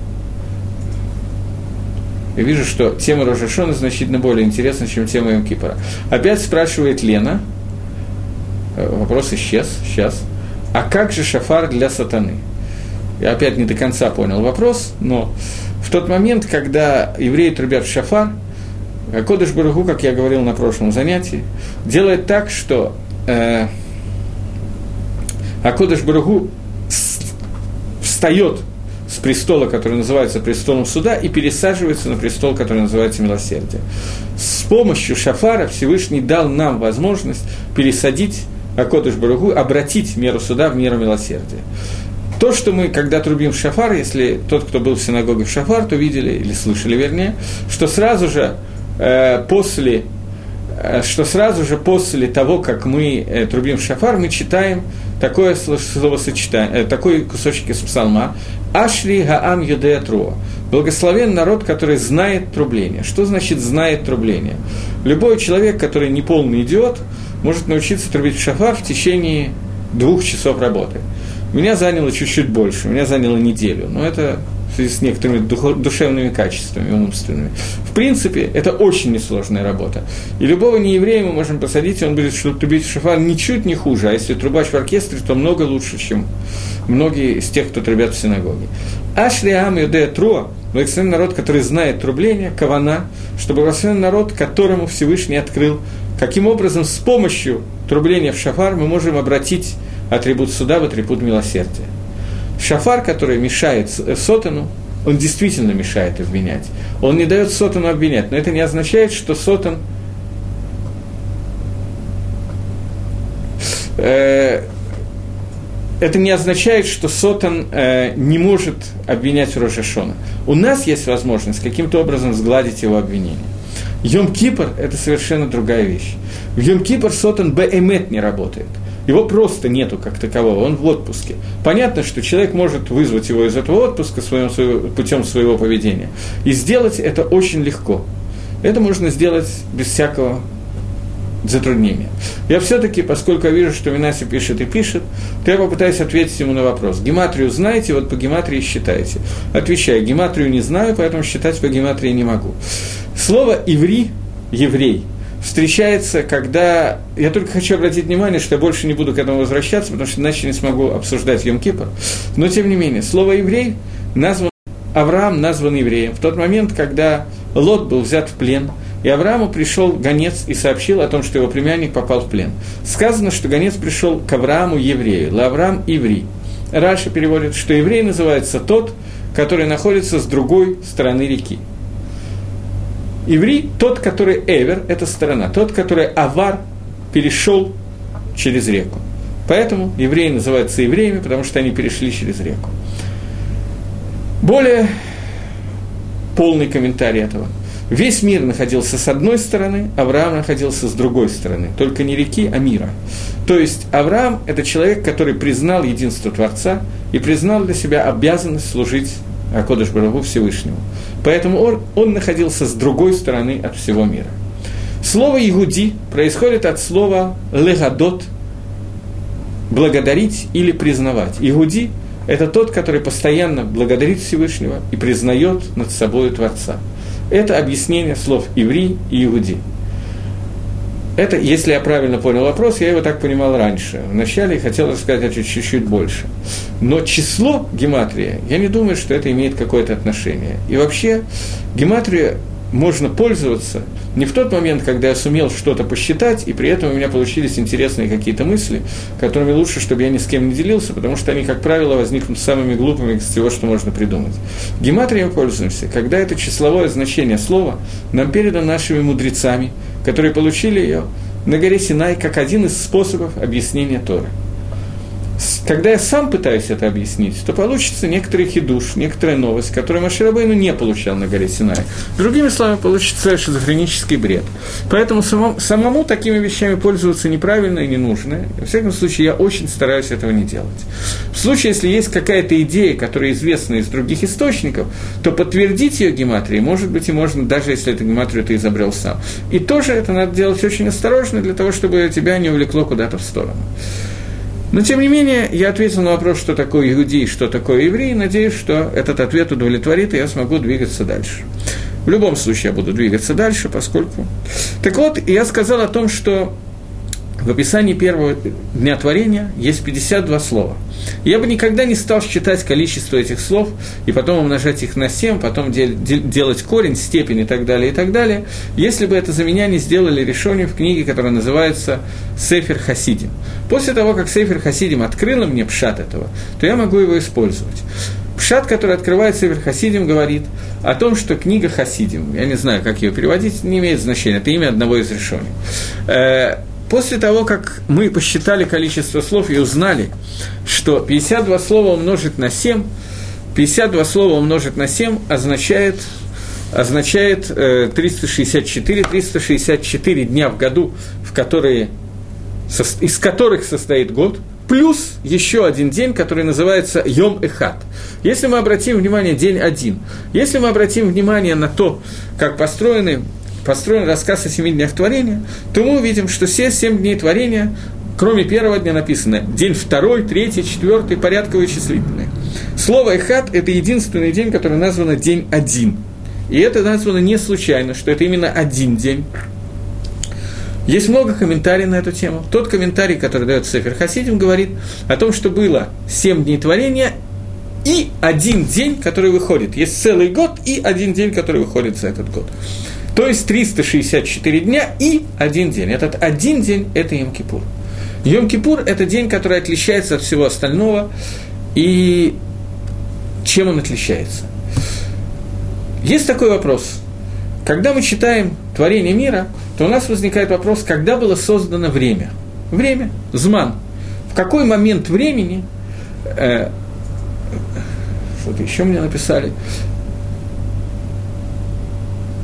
я вижу, что тема Рош ха-Шана значительно более интересна, чем тема Йом-Кипура. Опять спрашивает Лена, вопрос исчез, сейчас, а как же шафар для сатаны? Я опять не до конца понял вопрос, но в тот момент, когда евреи трубят в шафар, Кодеш Барух Ху, как я говорил на прошлом занятии, делает так, что э, Кодеш Барух Ху встает с престола, который называется престолом суда, и пересаживается на престол, который называется милосердие. С помощью шафара Всевышний дал нам возможность пересадить Кодеш Барух Ху, обратить меру суда в меру милосердия. То, что мы, когда трубим в шафар, если тот, кто был в синагоге в шафар, то видели, или слышали, вернее, что сразу же э, после, э, что сразу же после того, как мы э, трубим в шафар, мы читаем такое словосочетание, э, такой кусочек из псалма «Ашри гаам юдея труа» – «Благословен народ, который знает трубление». Что значит «знает трубление»? Любой человек, который не полный идиот, может научиться трубить в шафар в течение двух часов работы. Меня заняло чуть-чуть больше, меня заняло неделю, но это в связи с некоторыми душевными качествами, умственными. В принципе, это очень несложная работа. И любого нееврея мы можем посадить, и он будет трубить в шафар ничуть не хуже, а если трубач в оркестре, то много лучше, чем многие из тех, кто трубят в синагоге. Ашри ам юдея труа, благословен народ, который знает трубление, кавана, чтобы благословен народ, которому Всевышний открыл, каким образом с помощью трубления в шафар мы можем обратить атрибут суда в атрибут милосердия. Шафар, который мешает сотану, он действительно мешает обвинять. Он не дает сотану обвинять, но это не означает, что сотан... Э, это не означает, что сотан э, не может обвинять Рош ха-Шана. У нас есть возможность каким-то образом сгладить его обвинение. Йом-Кипур – это совершенно другая вещь. В Йом-Кипур сотан бе-эмет не работает. Его просто нету как такового, он в отпуске. Понятно, что человек может вызвать его из этого отпуска своим, своего, путем своего поведения. И сделать это очень легко. Это можно сделать без всякого затруднения. Я все-таки, поскольку я вижу, что Менассе пишет и пишет, то я попытаюсь ответить ему на вопрос. Гематрию знаете, вот по гематрии считайте. Отвечаю, гематрию не знаю, поэтому считать по гематрии не могу. Слово «иври», «еврей», встречается, когда... Я только хочу обратить внимание, что я больше не буду к этому возвращаться, потому что иначе не смогу обсуждать Йом-Кипр. Но, тем не менее, слово «еврей» назван... Авраам назван евреем в тот момент, когда Лот был взят в плен, и Аврааму пришел гонец и сообщил о том, что его племянник попал в плен. Сказано, что гонец пришел к Аврааму еврею, Лавраам иври. Раши переводит, что еврей называется тот, который находится с другой стороны реки. Иври – тот, который эвер, это сторона, тот, который авар, перешел через реку. Поэтому евреи называются евреями, потому что они перешли через реку. Более полный комментарий этого. Весь мир находился с одной стороны, Авраам находился с другой стороны. Только не реки, а мира. То есть Авраам – это человек, который признал единство Творца и признал для себя обязанность служить Акодыш Барух Ху Всевышнему. Поэтому он, он находился с другой стороны от всего мира. Слово «игуди» происходит от слова «легадот» – благодарить или признавать. Игуди – это тот, который постоянно благодарит Всевышнего и признает над собой Творца. Это объяснение слов «иври» и «игуди». Это, если я правильно понял вопрос, я его так понимал раньше. Вначале я хотел рассказать это чуть-чуть больше. Но число гематрия, я не думаю, что это имеет какое-то отношение. И вообще, гематрия можно пользоваться не в тот момент, когда я сумел что-то посчитать, и при этом у меня получились интересные какие-то мысли, которыми лучше, чтобы я ни с кем не делился, потому что они, как правило, возникнут самыми глупыми из всего, что можно придумать. Гематрией мы пользуемся, когда это числовое значение слова нам передано нашими мудрецами, которые получили ее на горе Синай как один из способов объяснения Торы. Когда я сам пытаюсь это объяснить, то получится некоторый хидуш, некоторая новость, которую Моше Рабейну не получал на горе Синай. Другими словами, получится шизофренический бред. Поэтому самому, самому такими вещами пользоваться неправильно и не нужно. Во всяком случае, я очень стараюсь этого не делать. В случае, если есть какая-то идея, которая известна из других источников, то подтвердить ее гематрией, может быть, и можно, даже если эту гематрию ты изобрел сам. И тоже это надо делать очень осторожно, для того, чтобы тебя не увлекло куда-то в сторону. Но, тем не менее, я ответил на вопрос, что такое иудей, что такое еврей, и надеюсь, что этот ответ удовлетворит, и я смогу двигаться дальше. В любом случае, я буду двигаться дальше, поскольку... Так вот, я сказал о том, что в описании первого дня творения есть пятьдесят два слова. Я бы никогда не стал считать количество этих слов и потом умножать их на семь, потом дел- дел- делать корень, степень и так далее, и так далее, если бы это за меня не сделали решение в книге, которая называется «Сефер Хасидим». После того, как Сефер Хасидим открыла мне пшат этого, то я могу его использовать. Пшат, который открывает Сефер Хасидим, говорит о том, что книга Хасидим, я не знаю, как ее переводить, не имеет значения, это имя одного из решений. После того, как мы посчитали количество слов и узнали, что пятьдесят два слова умножить на семь, пятьдесят два слова умножить на семь означает, означает э, триста шестьдесят четыре, триста шестьдесят четыре дня в году, в которые, со, из которых состоит год, плюс еще один день, который называется Йом-Эхад. Если мы обратим внимание, день один, если мы обратим внимание на то, как построены построен рассказ о семи днях творения, то мы увидим, что все семь дней творения, кроме первого дня, написано день второй, третий, четвертый, порядковые числительные. Слово «эхад» – это единственный день, который назван день один. И это названо не случайно, что это именно один день. Есть много комментариев на эту тему. Тот комментарий, который дает Сефер Хасидим, говорит о том, что было семь дней творения и один день, который выходит. Есть целый год и один день, который выходит за этот год. То есть триста шестьдесят четыре дня и один день. Этот один день – это Йом-Кипур. Йом-Кипур – это день, который отличается от всего остального. И чем он отличается? Есть такой вопрос. Когда мы читаем творение мира, то у нас возникает вопрос, когда было создано время. Время, зман. В какой момент времени, э, что-то еще мне написали,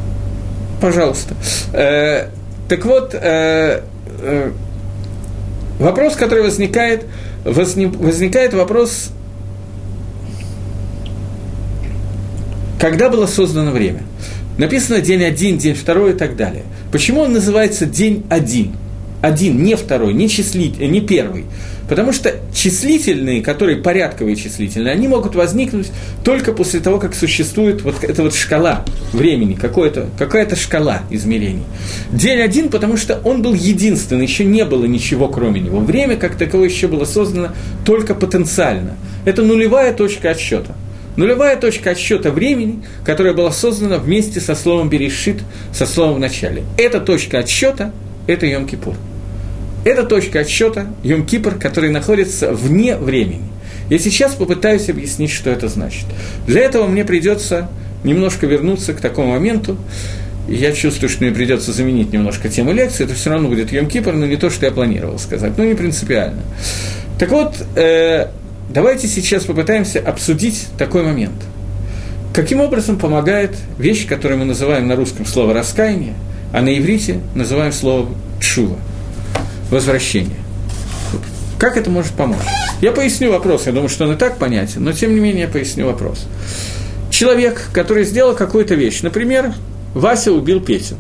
пожалуйста. Э, так вот, э, э, вопрос, который возникает, возникает вопрос, когда было создано время. Написано день один, день второй и так далее. Почему он называется день один? Один, не второй, не, числитель, не первый. Потому что числительные, которые порядковые числительные, они могут возникнуть только после того, как существует вот эта вот шкала времени, какая-то шкала измерений. День один, потому что он был единственный, еще не было ничего кроме него. Время как таковое еще было создано только потенциально. Это нулевая точка отсчета. Нулевая точка отсчета времени, которая была создана вместе со словом «берешит», со словом «в начале». Эта точка отсчета – это Йом-Кипур. Это точка отсчета Йом-Кипур, который находится вне времени. Я сейчас попытаюсь объяснить, что это значит. Для этого мне придется немножко вернуться к такому моменту. Я чувствую, что мне придется заменить немножко тему лекции. Это все равно будет Йом-Кипур, но не то, что я планировал сказать, но не принципиально. Так вот, э, давайте сейчас попытаемся обсудить такой момент. Каким образом помогает вещь, которую мы называем на русском слово «раскаяние», а на иврите называем слово «тшува» – возвращение. Как это может помочь? Я поясню вопрос, я думаю, что он и так понятен, но тем не менее я поясню вопрос. Человек, который сделал какую-то вещь, например, Вася убил Петю.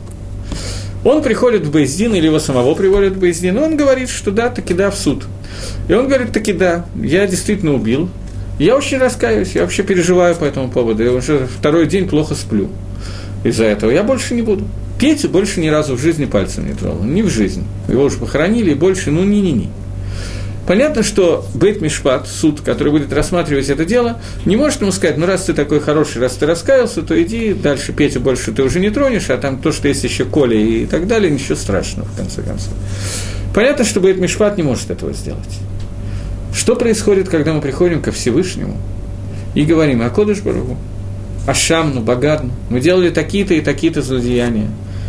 Он приходит в Бейс-Дин, или его самого приводят в Бейс-Дин, и он говорит, что да, таки да, в суд. И он говорит, таки да, я действительно убил, я очень раскаиваюсь, я вообще переживаю по этому поводу, я уже второй день плохо сплю из-за этого, я больше не буду. Петю больше ни разу в жизни пальцем не тронул, не в жизни. Его уже похоронили, и больше, ну, ни-ни-ни. Понятно, что Бейт-Мишпат, суд, который будет рассматривать это дело, не может ему сказать, ну, раз ты такой хороший, раз ты раскаялся, то иди дальше, Петю больше ты уже не тронешь, а там то, что есть еще Коля и так далее, ничего страшного, в конце концов. Понятно, что Бейт-Мишпат не может этого сделать. Что происходит, когда мы приходим ко Всевышнему и говорим о Кодеш Баругу, о Шамну, Багадну, мы делали такие-то и такие-то злодеяния,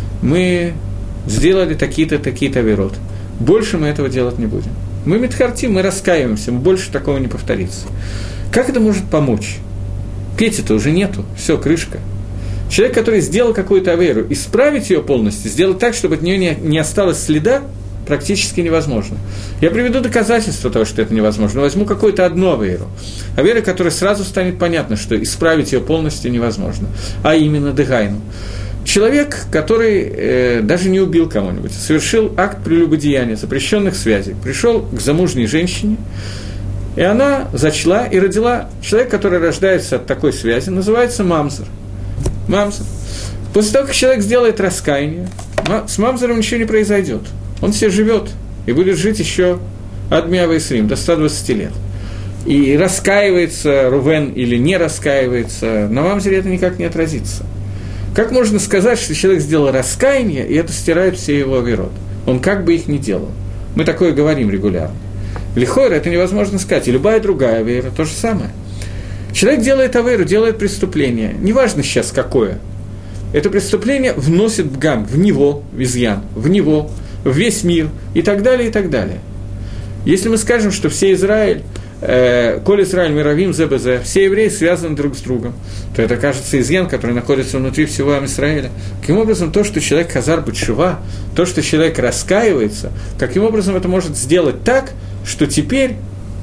мы сделали такие-то, такие-то авирот. Больше мы этого делать не будем. Мы митхартим, мы раскаиваемся, больше такого не повторится. Как это может помочь? Пети-то уже нету, все, крышка. Человек, который сделал какую-то авейру, исправить ее полностью, сделать так, чтобы от нее не, не осталось следа, практически невозможно. Я приведу доказательства того, что это невозможно. Возьму какую-то одну авейру. Авейру, которая сразу станет понятно, что исправить ее полностью невозможно. А именно дегайну. Человек, который э, даже не убил кого-нибудь, совершил акт прелюбодеяния, запрещенных связей, пришел к замужней женщине, и она зачла и родила. Человек, который рождается от такой связи, называется мамзер. Мамзер. После того, как человек сделает раскаяние, с мамзером ничего не произойдет. Он все живет и будет жить еще от Миава Исрим до ста двадцати лет. И раскаивается Рувен или не раскаивается, на мамзере это никак не отразится. Как можно сказать, что человек сделал раскаяние, и это стирает все его авирот? Он как бы их не делал. Мы такое говорим регулярно. Лихойра это невозможно сказать, и любая другая авейра то же самое. Человек делает авейру, делает преступление, неважно сейчас какое. Это преступление вносит бгам в него, в изъян, в него, в весь мир, и так далее, и так далее. Если мы скажем, что все Израиль, Коль Исраиль Миравим ЗБЗ, все евреи связаны друг с другом, то это, кажется, изъян, который находится внутри всего Ам Исраиля. Каким образом то, что человек хазар бетшува, то, что человек раскаивается, каким образом это может сделать так, что теперь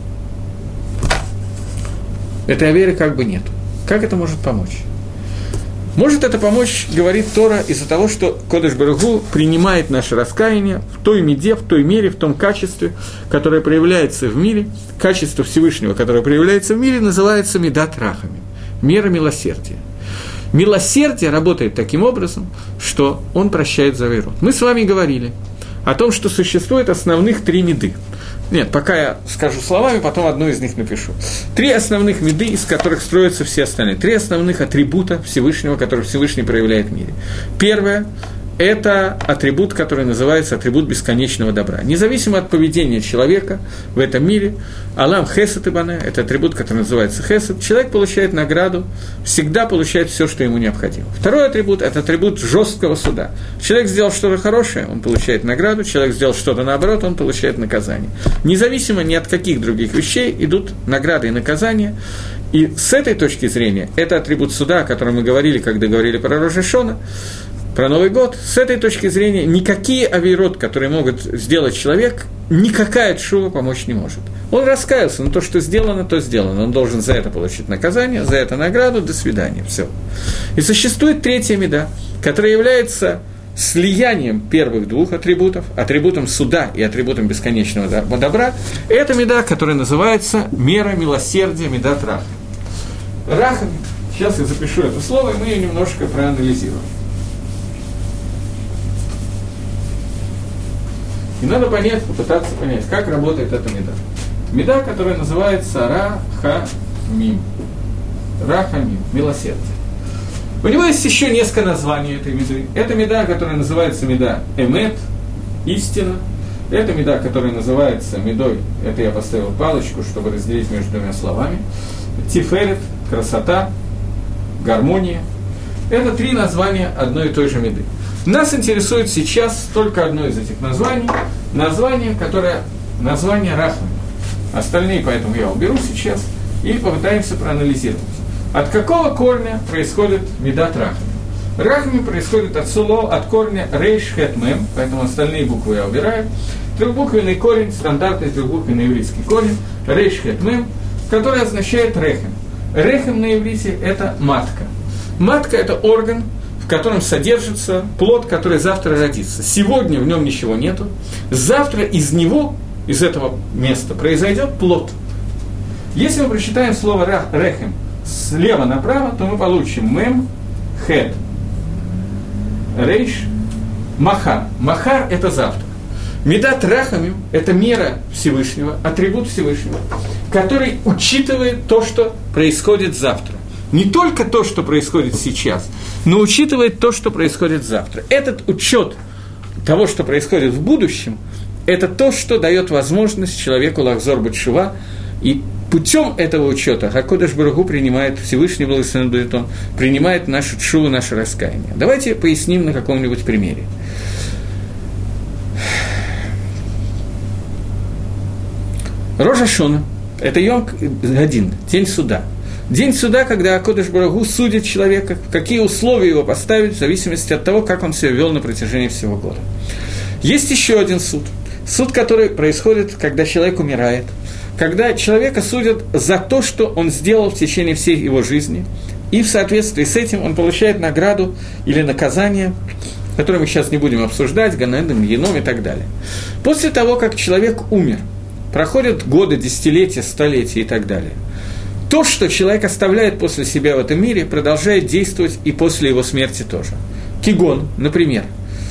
этой аверы как бы нет? Как это может помочь? Может это помочь, говорит Тора, из-за того, что Кодеш Баругу принимает наше раскаяние в той меде, в той мере, в том качестве, которое проявляется в мире, качество Всевышнего, которое проявляется в мире, называется медат рахами, мера милосердия. Милосердие работает таким образом, что он прощает за веру. Мы с вами говорили о том, что существует основных три меды. Нет, пока я скажу словами, потом одну из них напишу. Три основных меды, из которых строятся все остальные. Три основных атрибута Всевышнего, которые Всевышний проявляет в мире. Первое – это атрибут, который называется атрибут бесконечного добра. Независимо от поведения человека в этом мире, Алам Хесед и Бане – это атрибут, который называется Хесед. Человек получает награду, всегда получает все, что ему необходимо. Второй атрибут – это атрибут жесткого суда. Человек сделал что-то хорошее, он получает награду, человек сделал что-то наоборот, он получает наказание. Независимо ни от каких других вещей идут награды и наказания. И с этой точки зрения, это атрибут суда, о котором мы говорили, когда говорили про Рош ха-Шана, про Новый год, с этой точки зрения никакие авейрот, которые могут сделать человек, никакая тшува помочь не может. Он раскаялся, но то, что сделано, то сделано. Он должен за это получить наказание, за это награду, до свидания, все. И существует третья мида, которая является слиянием первых двух атрибутов, атрибутом суда и атрибутом бесконечного добра. Это мида, которая называется мера милосердия, мидат рахам. Рахам, сейчас я запишу это слово, и мы ее немножко проанализируем. И надо понять, попытаться понять, как работает эта мида. Мида, которая называется рахамим. Рахамим, милосердие. У него есть еще несколько названий этой миды. Это мида, которая называется мида эмет, истина. Это мида, которая называется мидой, это я поставил палочку, чтобы разделить между двумя словами. Тиферет, красота, гармония. Это три названия одной и той же миды. Нас интересует сейчас только одно из этих названий, название, которое, название рахами. Остальные, поэтому я уберу сейчас и попытаемся проанализировать. От какого корня происходит мидат рахами? Рахами происходит от суло, от корня рейш хет мем, поэтому остальные буквы я убираю. Трехбуквенный корень, стандартный трехбуквенный еврейский корень, рейш хет мем, который означает рехем. Рехем на иврите – это матка. Матка – это орган, в котором содержится плод, который завтра родится. Сегодня в нем ничего нету. Завтра из него, из этого места, произойдет плод. Если мы прочитаем слово рехем слева направо, то мы получим мем, хет, рейш, махар. Махар – это завтра. Мидат рахамим – это мера Всевышнего, атрибут Всевышнего, который учитывает то, что происходит завтра. Не только то, что происходит сейчас, но учитывает то, что происходит завтра. Этот учет того, что происходит в будущем, это то, что дает возможность человеку лахзор бет-шува, и путем этого учета Акодеш Барух Ху принимает, Всевышний благословен будет он, принимает нашу тшуву, наше раскаяние. Давайте поясним на каком-нибудь примере. Рош ха-Шана – это Йом Гадин, день суда. День суда, когда Акодеш Барух Ху судит человека, какие условия его поставить, в зависимости от того, как он себя вел на протяжении всего года. Есть еще один суд. Суд, который происходит, когда человек умирает, когда человека судят за то, что он сделал в течение всей его жизни, и в соответствии с этим он получает награду или наказание, которое мы сейчас не будем обсуждать, Ганедом, Еном и так далее. После того, как человек умер, проходят годы, десятилетия, столетия и так далее. То, что человек оставляет после себя в этом мире, продолжает действовать и после его смерти тоже. Кигон, например.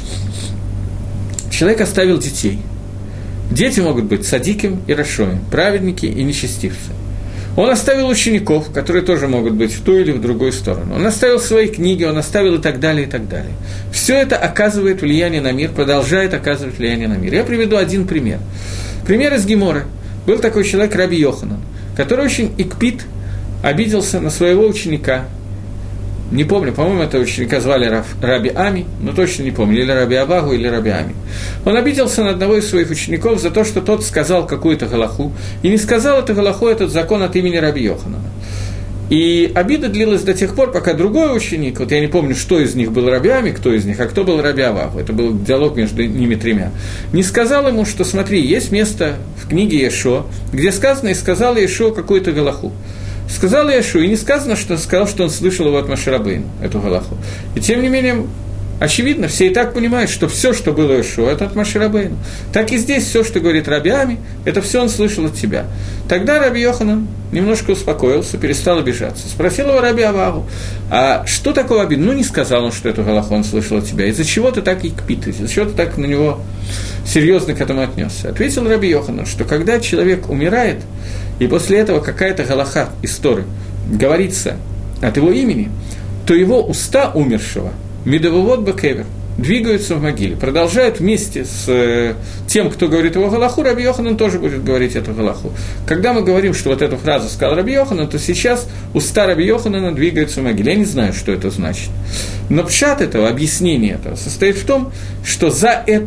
Человек оставил детей. Дети могут быть садиким и рашоим, праведники и нечестивцы. Он оставил учеников, которые тоже могут быть в ту или в другую сторону. Он оставил свои книги, он оставил и так далее, и так далее. Все это оказывает влияние на мир, продолжает оказывать влияние на мир. Я приведу один пример. Пример из Геморы. Был такой человек Раби Йоханан, который очень икпит, обиделся на своего ученика. Не помню, по-моему, этого ученика звали Раби Ами, но точно не помню, или Раби Авагу, или Раби Ами. Он обиделся на одного из своих учеников за то, что тот сказал какую-то галаху, и не сказал эту галаху, этот закон от имени Раби Йоханана. И обида длилась до тех пор, пока другой ученик, вот я не помню, что из них был Раби Ами, кто из них, а кто был Раби Авагу, это был диалог между ними тремя, не сказал ему, что смотри, есть место в книге Йешуа, где сказано, и сказал Йешуа какую-то галаху. Сказал Йешуа, и не сказано, что он сказал, что он слышал его от Моше Рабейну, эту галаху. И тем не менее, очевидно, все и так понимают, что все, что было Йешуа, это от Моше Рабейну. Так и здесь все, что говорит Раби Ами, это все он слышал от тебя. Тогда Раби Йоханан немножко успокоился, перестал обижаться. Спросил его Раби Авагу, а что такого обиды? Ну, не сказал он, что эту галаху он слышал от тебя. Из-за чего ты так и кпит? Из-за чего ты так на него серьезно к этому отнесся? Ответил Раби Йоханан, что когда человек умирает, и после этого какая-то галаха из Торы говорится от его имени, то его уста умершего, мидавовод бакевер, двигаются в могиле, продолжают вместе с э, тем, кто говорит его галаху, Раби Йоханан тоже будет говорить эту галаху. Когда мы говорим, что вот эту фразу сказал Раби Йоханан, то сейчас уста Раби Йоханана двигаются в могиле. Я не знаю, что это значит. Но пшат этого, объяснение этого состоит в том, что за эту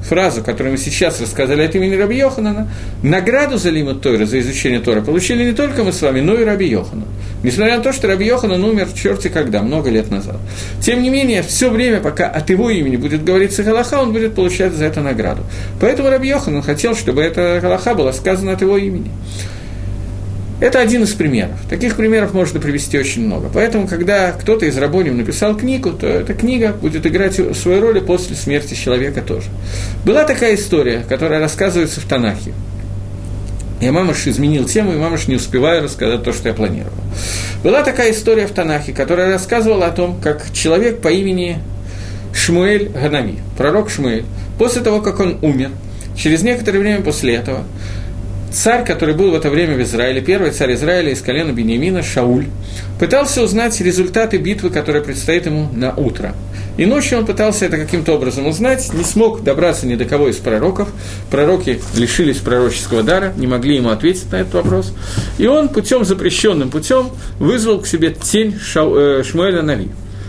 фразу, которую мы сейчас рассказали от имени Раби Йоханана, награду за лимут Тойра, за изучение Тора, получили не только мы с вами, но и Раби Йоханан. Несмотря на то, что Раби Йоханан умер черти когда, много лет назад. Тем не менее, все время, пока от его имени будет говориться галаха, он будет получать за это награду. Поэтому Раби Йоханан хотел, чтобы эта галаха была сказана от его имени. Это один из примеров. Таких примеров можно привести очень много. Поэтому, когда кто-то из рабоним написал книгу, то эта книга будет играть свою роль и после смерти человека тоже. Была такая история, которая рассказывается в Танахе. Я, мамаш, изменил тему, и, мамаш, не успеваю рассказать то, что я планировал. Была такая история в Танахе, которая рассказывала о том, как человек по имени Шмуэль Ганави, пророк Шмуэль, после того, как он умер, через некоторое время после этого, царь, который был в это время в Израиле, первый царь Израиля из колена Биньямина, Шауль, пытался узнать результаты битвы, которая предстоит ему на утро. И ночью он пытался это каким-то образом узнать, не смог добраться ни до кого из пророков. Пророки лишились пророческого дара, не могли ему ответить на этот вопрос. И он путем, запрещенным путем, вызвал к себе тень Шау, э, Шмуэля Нави.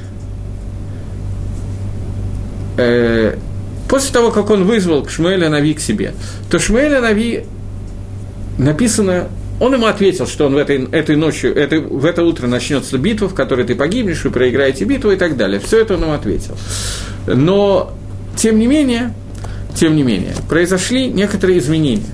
Э, после того, как он вызвал Шмуэля Нави к себе, то Шмуэля Нави написано, он ему ответил, что он в этой, этой ночью, этой, в это утро начнется битва, в которой ты погибнешь, вы проиграете битву и так далее. Все это он ему ответил. Но, тем не менее, тем не менее, произошли некоторые изменения.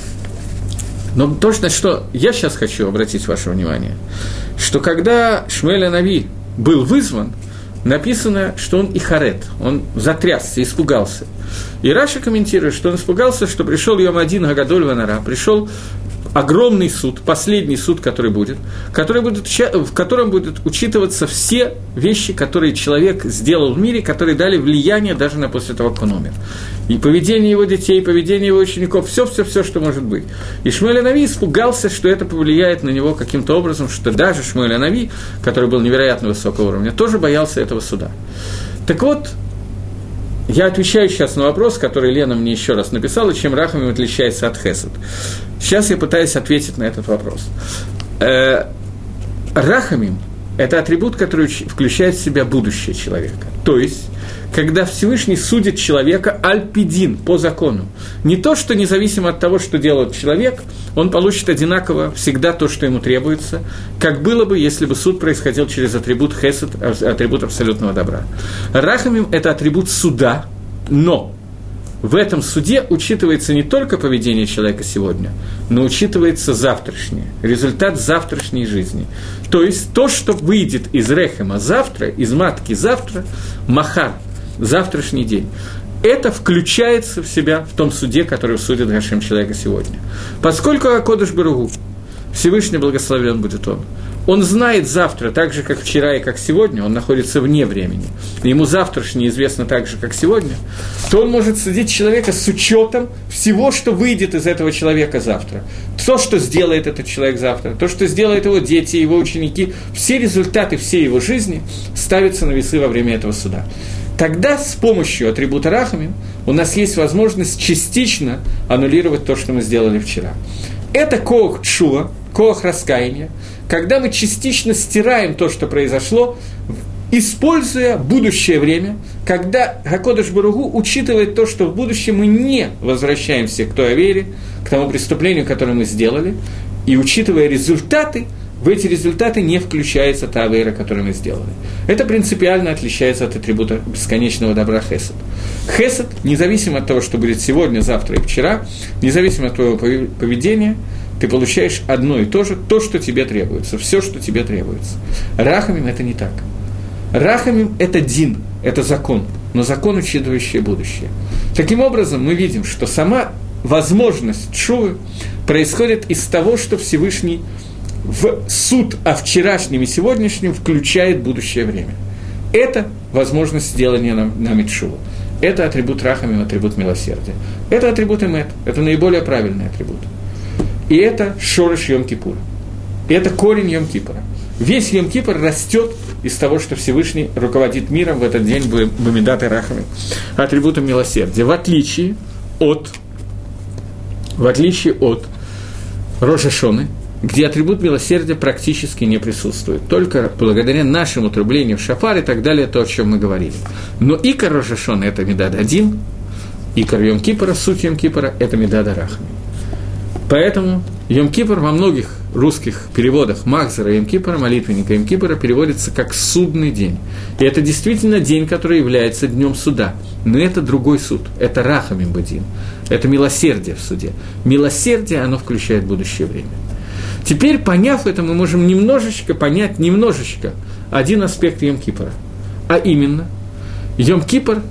Но то, на что я сейчас хочу обратить ваше внимание, что когда Шмуэль Нави был вызван, написано, что он ихарет, он затрясся, испугался. И Раши комментирует, что он испугался, что пришел Йом Один Гагадоль Ванара, пришел огромный суд, последний суд, который будет, который будет, в котором будут учитываться все вещи, которые человек сделал в мире, которые дали влияние даже на после того, как он умер. И поведение его детей, поведение его учеников, все-все-все, что может быть. И Шмуэль Нави испугался, что это повлияет на него каким-то образом, что даже Шмуэль Нави, который был невероятно высокого уровня, тоже боялся этого суда. Так вот, я отвечаю сейчас на вопрос, который Лена мне еще раз написала, чем рахамим отличается от хесед. Сейчас я пытаюсь ответить на этот вопрос. Э, рахамим – это атрибут, который включает в себя будущее человека. То есть, когда Всевышний судит человека аль-пидин, по закону. Не то, что независимо от того, что делает человек, он получит одинаково всегда то, что ему требуется, как было бы, если бы суд происходил через атрибут хесед, атрибут абсолютного добра. Рахамим – это атрибут суда, но в этом суде учитывается не только поведение человека сегодня, но учитывается завтрашнее, результат завтрашней жизни. То есть то, что выйдет из рехема завтра, из матки завтра, махар, завтрашний день, это включается в себя в том суде, который судит Гашем человека сегодня. Поскольку Акодыш Барух Ху, Всевышний благословен будет он, он знает завтра так же, как вчера и как сегодня, он находится вне времени, ему завтрашнее известно так же, как сегодня, то он может судить человека с учетом всего, что выйдет из этого человека завтра. То, что сделает этот человек завтра, то, что сделают его дети, его ученики, все результаты всей его жизни ставятся на весы во время этого суда. Тогда с помощью атрибута рахамим у нас есть возможность частично аннулировать то, что мы сделали вчера. Это коах тшува, коах раскаяния, когда мы частично стираем то, что произошло, используя будущее время, когда Акодыш Барух Ху учитывает то, что в будущем мы не возвращаемся к той авере, к тому преступлению, которое мы сделали, и учитывая результаты, в эти результаты не включается та авейра, которую мы сделали. Это принципиально отличается от атрибута бесконечного добра хесед. Хесед, независимо от того, что будет сегодня, завтра и вчера, независимо от твоего поведения, ты получаешь одно и то же, то, что тебе требуется, все, что тебе требуется. Рахамим – это не так. Рахамим – это дин, это закон, но закон, учитывающий будущее. Таким образом, мы видим, что сама возможность тшувы происходит из того, что Всевышний в суд о вчерашнем и сегодняшнем включает будущее время. Это возможность сделания нами тшувы. Это атрибут рахамим, атрибут милосердия. Это атрибут эмет, это наиболее правильный атрибут. И это шореш Йом-Кипура. И это корень Йом-Кипура. Весь Йом-Кипур растет из того, что Всевышний руководит миром в этот день бамидат и рахамим, атрибутом милосердия. В отличие от, в отличие от Рош ха-Шоны, где атрибут милосердия практически не присутствует. Только благодаря нашему трублениям в шафар и так далее, то, о чем мы говорили. Но икар Рош ха-Шоны – это мидад один, Икар Йом-Кипора, суть Йом-Кипора – это Медад ха-Рахамим. Поэтому Йом-Кипор во многих русских переводах Махзера Йом-Кипора, молитвенника Йом-Кипора, переводится как «судный день». И это действительно день, который является днем суда. Но это другой суд, это Рахамим Бадин, это милосердие в суде. Милосердие, оно включает будущее время. Теперь, поняв это, мы можем немножечко понять, немножечко, один аспект Йом-Кипора. А именно, Йом-Кипор,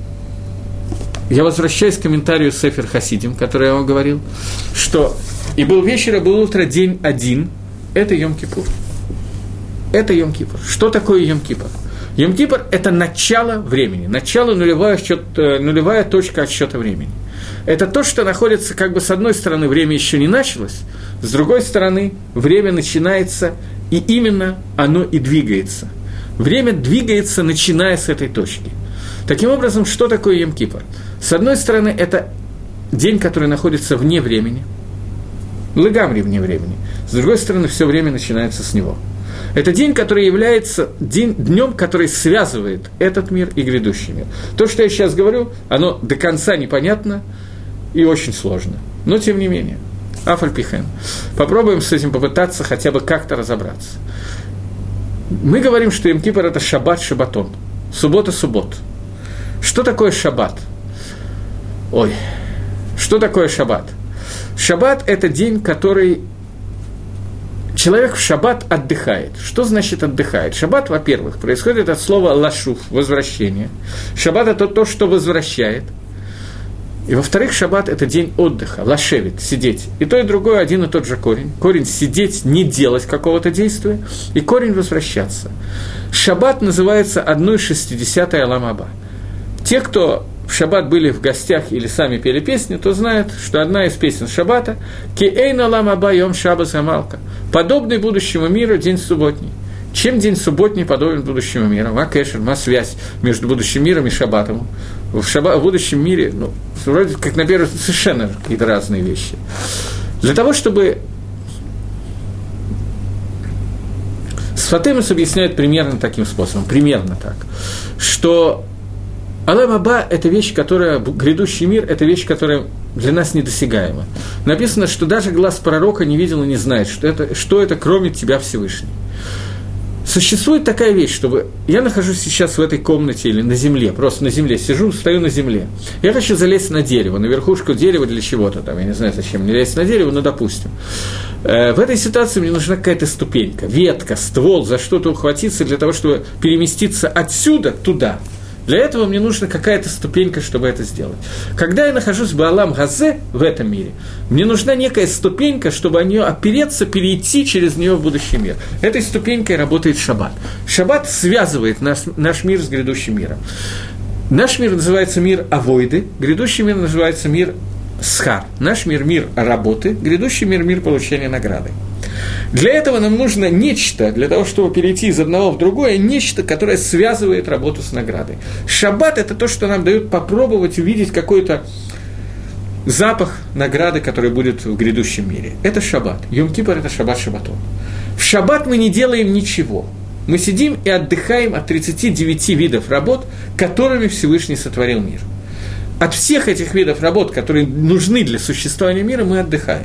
я возвращаюсь к комментарию Сефер Хасидим, который я вам говорил, что «И был вечер, и был утро, день один» – это Йом-Кипур. Это Йом-Кипур. Что такое Йом-Кипур? Йом-Кипур – это начало времени, начало нулевая, отсчет, нулевая точка отсчета времени. Это то, что находится, как бы, с одной стороны, время еще не началось, с другой стороны, время начинается, и именно оно и двигается. Время двигается, начиная с этой точки. Таким образом, что такое Йом-Кипур? С одной стороны, это день, который находится вне времени, легамри вне времени. С другой стороны, все время начинается с него. Это день, который является день, днем, который связывает этот мир и грядущий мир. То, что я сейчас говорю, оно до конца непонятно и очень сложно. Но, тем не менее, афаль-пихен. Попробуем с этим попытаться хотя бы как-то разобраться. Мы говорим, что Йом-Кипур – это шаббат-шаббатон, суббота-суббот. Что такое шаббат? Ой, что такое шаббат? Шаббат – это день, который… Человек в шаббат отдыхает. Что значит отдыхает? Шаббат, во-первых, происходит от слова «лашув» – возвращение. Шаббат – это то, что возвращает. И, во-вторых, шаббат – это день отдыха, лашевит, сидеть. И то, и другое один и тот же корень. Корень – сидеть, не делать какого-то действия, и корень – возвращаться. Шаббат называется одной шестидесятой Олам Аба. Те, кто в шаббат были в гостях или сами пели песни, то знают, что одна из песен шаббата «Ки эйн Олам Аба йом шаббас гамалка» – подобный будущему миру день субботний. Чем день субботний подобен будущему миру? Ма кэшер, ма связь между будущим миром и шаббатом. В, шаба, в будущем мире, ну, вроде как, на первый взгляд, совершенно какие-то разные вещи. Для того, чтобы… Сфатемус объясняет примерно таким способом, примерно так, что Олам Аба – это вещь, которая… Грядущий мир – это вещь, которая для нас недосягаема. Написано, что даже глаз пророка не видел и не знает, что это, что это кроме тебя Всевышний. Существует такая вещь, чтобы… Я нахожусь сейчас в этой комнате или на земле, просто на земле, сижу, стою на земле. Я хочу залезть на дерево, на верхушку дерева для чего-то там, я не знаю, зачем мне лезть на дерево, но допустим. Э, в этой ситуации мне нужна какая-то ступенька, ветка, ствол, за что-то ухватиться для того, чтобы переместиться отсюда туда. Для этого мне нужна какая-то ступенька, чтобы это сделать. Когда я нахожусь в Баалам Газе, в этом мире, мне нужна некая ступенька, чтобы о нее опереться, перейти через нее в будущий мир. Этой ступенькой работает шаббат. Шаббат связывает наш, наш мир с грядущим миром. Наш мир называется мир авойды, грядущий мир называется мир схар. Наш мир – мир работы, грядущий мир – мир получения награды. Для этого нам нужно нечто, для того, чтобы перейти из одного в другое, нечто, которое связывает работу с наградой. Шаббат – это то, что нам дает попробовать увидеть какой-то запах награды, который будет в грядущем мире. Это шаббат. Йом-Кипур – это шаббат-шаббатон. В шаббат мы не делаем ничего. Мы сидим и отдыхаем от тридцати девяти видов работ, которыми Всевышний сотворил мир. От всех этих видов работ, которые нужны для существования мира, мы отдыхаем.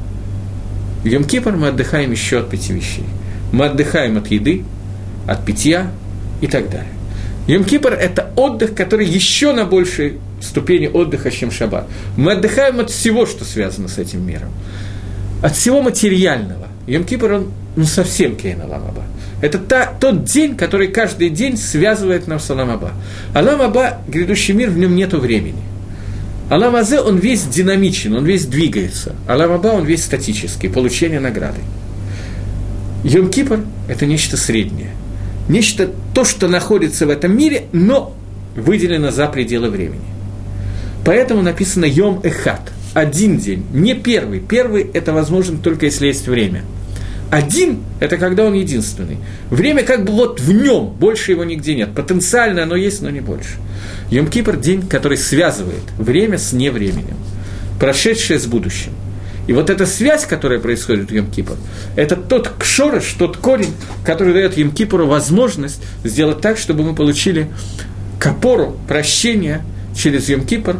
В Йом-Кипур мы отдыхаем еще от пяти вещей. Мы отдыхаем от еды, от питья и так далее. Йом-Кипур – это отдых, который еще на большей ступени отдыха, чем шаббат. Мы отдыхаем от всего, что связано с этим миром. От всего материального. Йом-Кипур, он ну, совсем кейн Олам Аба. Это та, тот день, который каждый день связывает нас с Олам Аба. Олам Аба, грядущий мир, в нем нету времени. Олам Азе, он весь динамичен, он весь двигается. Олам Аба, он весь статический, получение награды. Йом-Кипур – это нечто среднее. Нечто, то, что находится в этом мире, но выделено за пределы времени. Поэтому написано Йом-Эхат – один день, не первый. Первый – это возможно только если есть время. Один – это когда он единственный. Время как бы вот в нем, больше его нигде нет. Потенциально оно есть, но не больше. Йом-Кипур – день, который связывает время с невременем, прошедшее с будущим. И вот эта связь, которая происходит в Йом-Кипур, это тот кшорыш, тот корень, который дает Йом-Кипуру возможность сделать так, чтобы мы получили капору, прощение через Йом-Кипур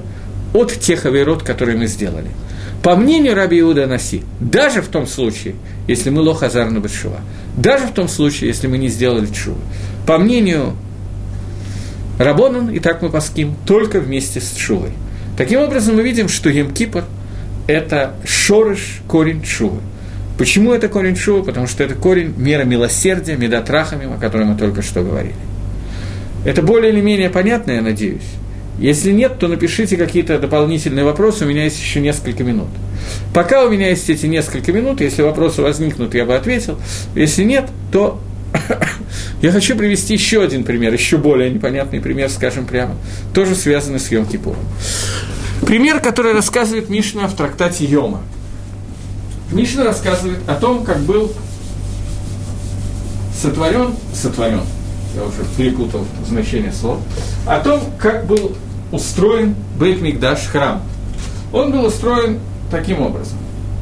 от тех авейрот, которые мы сделали. По мнению Раби Иуда Наси, даже в том случае, если мы ло хазарну бетшува, даже в том случае, если мы не сделали тшуву, по мнению Рабонан, и так мы паским, только вместе с тшувой. Таким образом, мы видим, что Йом-Кипур – это шорыш, корень тшувы. Почему это корень тшувы? Потому что это корень мера милосердия, медат рахамим, о котором мы только что говорили. Это более или менее понятно, я надеюсь. Если нет, то напишите какие-то дополнительные вопросы, у меня есть еще несколько минут. Пока у меня есть эти несколько минут, если вопросы возникнут, я бы ответил. Если нет, то я хочу привести еще один пример, еще более непонятный пример, скажем прямо, тоже связанный с Йом-Кипуром. Пример, который рассказывает Мишна в трактате Йома. Мишна рассказывает о том, как был сотворен, сотворен, я уже перепутал значение слов, о том, как был устроен Бейт Микдаш, храм. Он был устроен таким образом.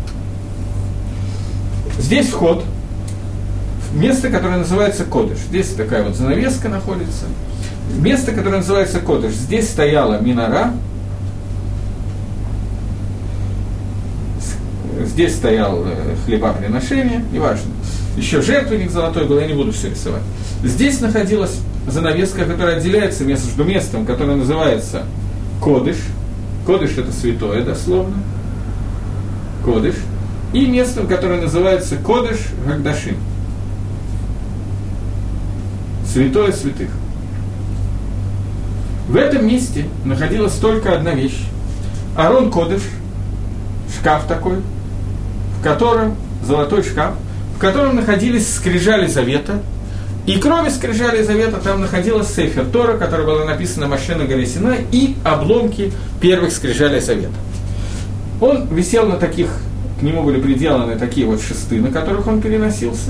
Здесь вход в место, которое называется Кодыш. Здесь такая вот занавеска находится. Место, которое называется Кодыш. Здесь стояла минора. Здесь стоял хлебоприношение, неважно. Еще жертвенник золотой был, я не буду все рисовать. Здесь находилась занавеска, которая отделяется между местом, которое называется Кодыш. Кодыш – это святое, дословно. Кодыш. И местом, которое называется Кодыш Гагдашим. Святое святых. В этом месте находилась только одна вещь. Арон Кодыш, шкаф такой, в котором, золотой шкаф, в котором находились скрижали завета, и кроме скрижали завета там находилась Сефер Тора, которая была написана Моше на горе Синай, и обломки первых скрижалей завета. Он висел на таких, к нему были приделаны такие вот шесты, на которых он переносился.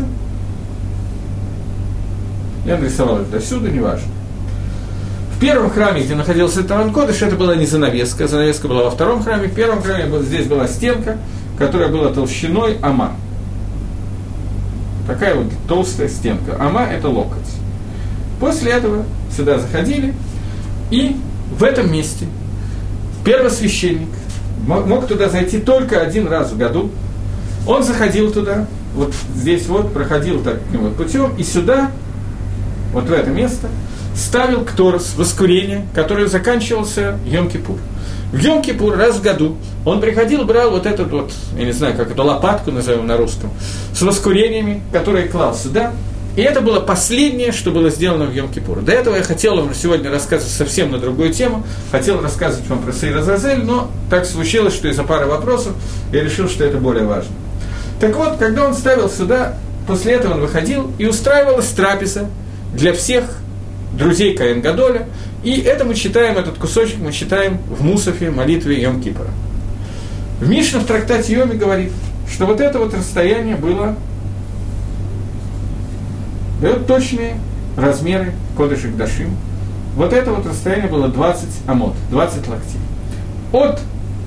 Я нарисовал это отсюда, неважно. В первом храме, где находился Арон Кодыш, это была не занавеска, занавеска была во втором храме, в первом храме здесь была стенка, которая была толщиной ама. Такая вот толстая стенка. Ама – это локоть. После этого сюда заходили, и в этом месте первосвященник мог туда зайти только один раз в году. Он заходил туда, вот здесь вот, проходил таким вот путем, и сюда, вот в это место, ставил кторос, воскурение, которое заканчивался Йом-Кипур. В Йом-Кипур раз в году он приходил, брал вот этот вот, я не знаю, как эту лопатку назовем на русском, с воскурениями, которые клал сюда, и это было последнее, что было сделано в Йом-Кипур. До этого я хотел вам сегодня рассказывать совсем на другую тему, хотел рассказывать вам про Сеир Азазель, но так случилось, что из-за пары вопросов я решил, что это более важно. Так вот, когда он ставил сюда, после этого он выходил, и устраивалась трапеза для всех друзей Коэн Гадоля, и это мы читаем, этот кусочек мы читаем в Мусафе, молитве Йом-Кипура. В Мишна в трактате Йоме говорит, что вот это вот расстояние было, дает точные размеры Кодыш и Гдашим. Вот это вот расстояние было двадцать амот, двадцать локтей. От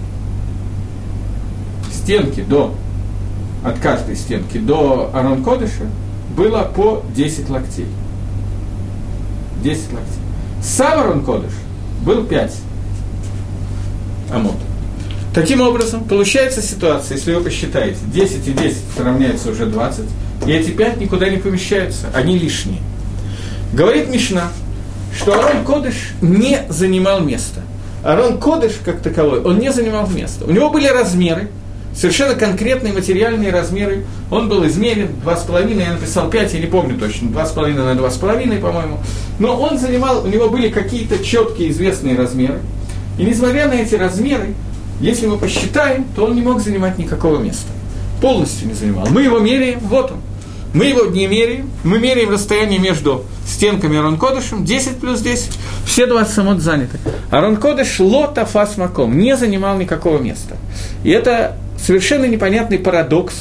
стенки до, от каждой стенки до Арон Кодыша было по десять локтей. десять локтей. Сам Арон Кодыш был пять амот. Таким образом, получается ситуация, если вы посчитаете, десять и десять равняется уже двадцать, и эти пять никуда не помещаются, они лишние. Говорит Мишна, что Арон Кодыш не занимал места. Арон Кодыш, как таковой, он не занимал места. У него были размеры, совершенно конкретные материальные размеры. Он был измерен два с половиной, я написал пять, я не помню точно, два с половиной на два с половиной, по-моему. Но он занимал, у него были какие-то четкие известные размеры. И несмотря на эти размеры, если мы посчитаем, то он не мог занимать никакого места. Полностью не занимал. Мы его меряем, вот он. Мы его не меряем, мы меряем расстояние между стенками Арон Кодышем, десять плюс десять, все двадцать амот заняты. Арон Кодыш лота фас маком, не занимал никакого места. И это совершенно непонятный парадокс,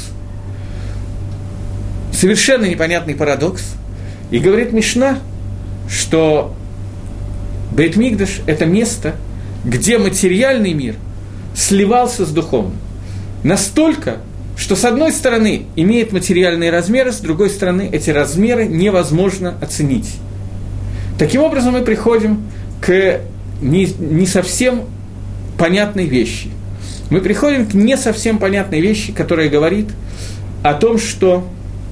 совершенно непонятный парадокс. И говорит Мишна, что Бейт Микдаш – это место, где материальный мир сливался с духовным. Настолько, что с одной стороны имеет материальные размеры, с другой стороны эти размеры невозможно оценить. Таким образом мы приходим к не, не совсем понятной вещи. Мы приходим к не совсем понятной вещи, которая говорит о том, что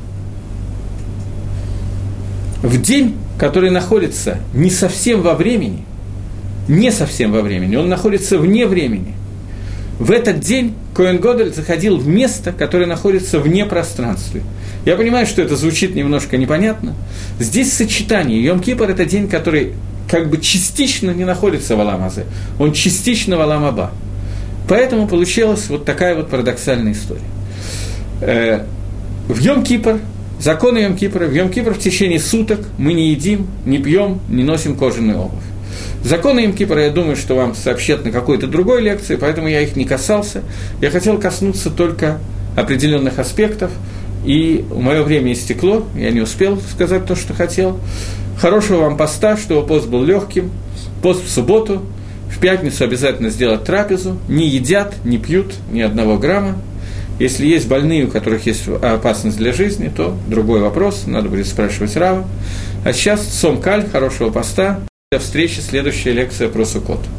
в день, который находится не совсем во времени, не совсем во времени, он находится вне времени, в этот день Коэн Годель заходил в место, которое находится вне пространства. Я понимаю, что это звучит немножко непонятно. Здесь сочетание. Йом-Кипр – это день, который как бы частично не находится в Алам-Азе, он частично в Алам-Аба. Поэтому получилась вот такая вот парадоксальная история. В Йом-Кипр, законы Йом-Кипра, в Йом-Кипр в течение суток мы не едим, не пьем, не носим кожаную обувь. Законы Йом-Кипра, я думаю, что вам сообщат на какой-то другой лекции, поэтому я их не касался. Я хотел коснуться только определенных аспектов, и мое время истекло, я не успел сказать то, что хотел. Хорошего вам поста, чтобы пост был легким. Пост в субботу, в пятницу обязательно сделать трапезу. Не едят, не пьют ни одного грамма. Если есть больные, у которых есть опасность для жизни, то другой вопрос, надо будет спрашивать Рава. А сейчас Цом Каль, хорошего поста. До встречи, следующая лекция про Суккот.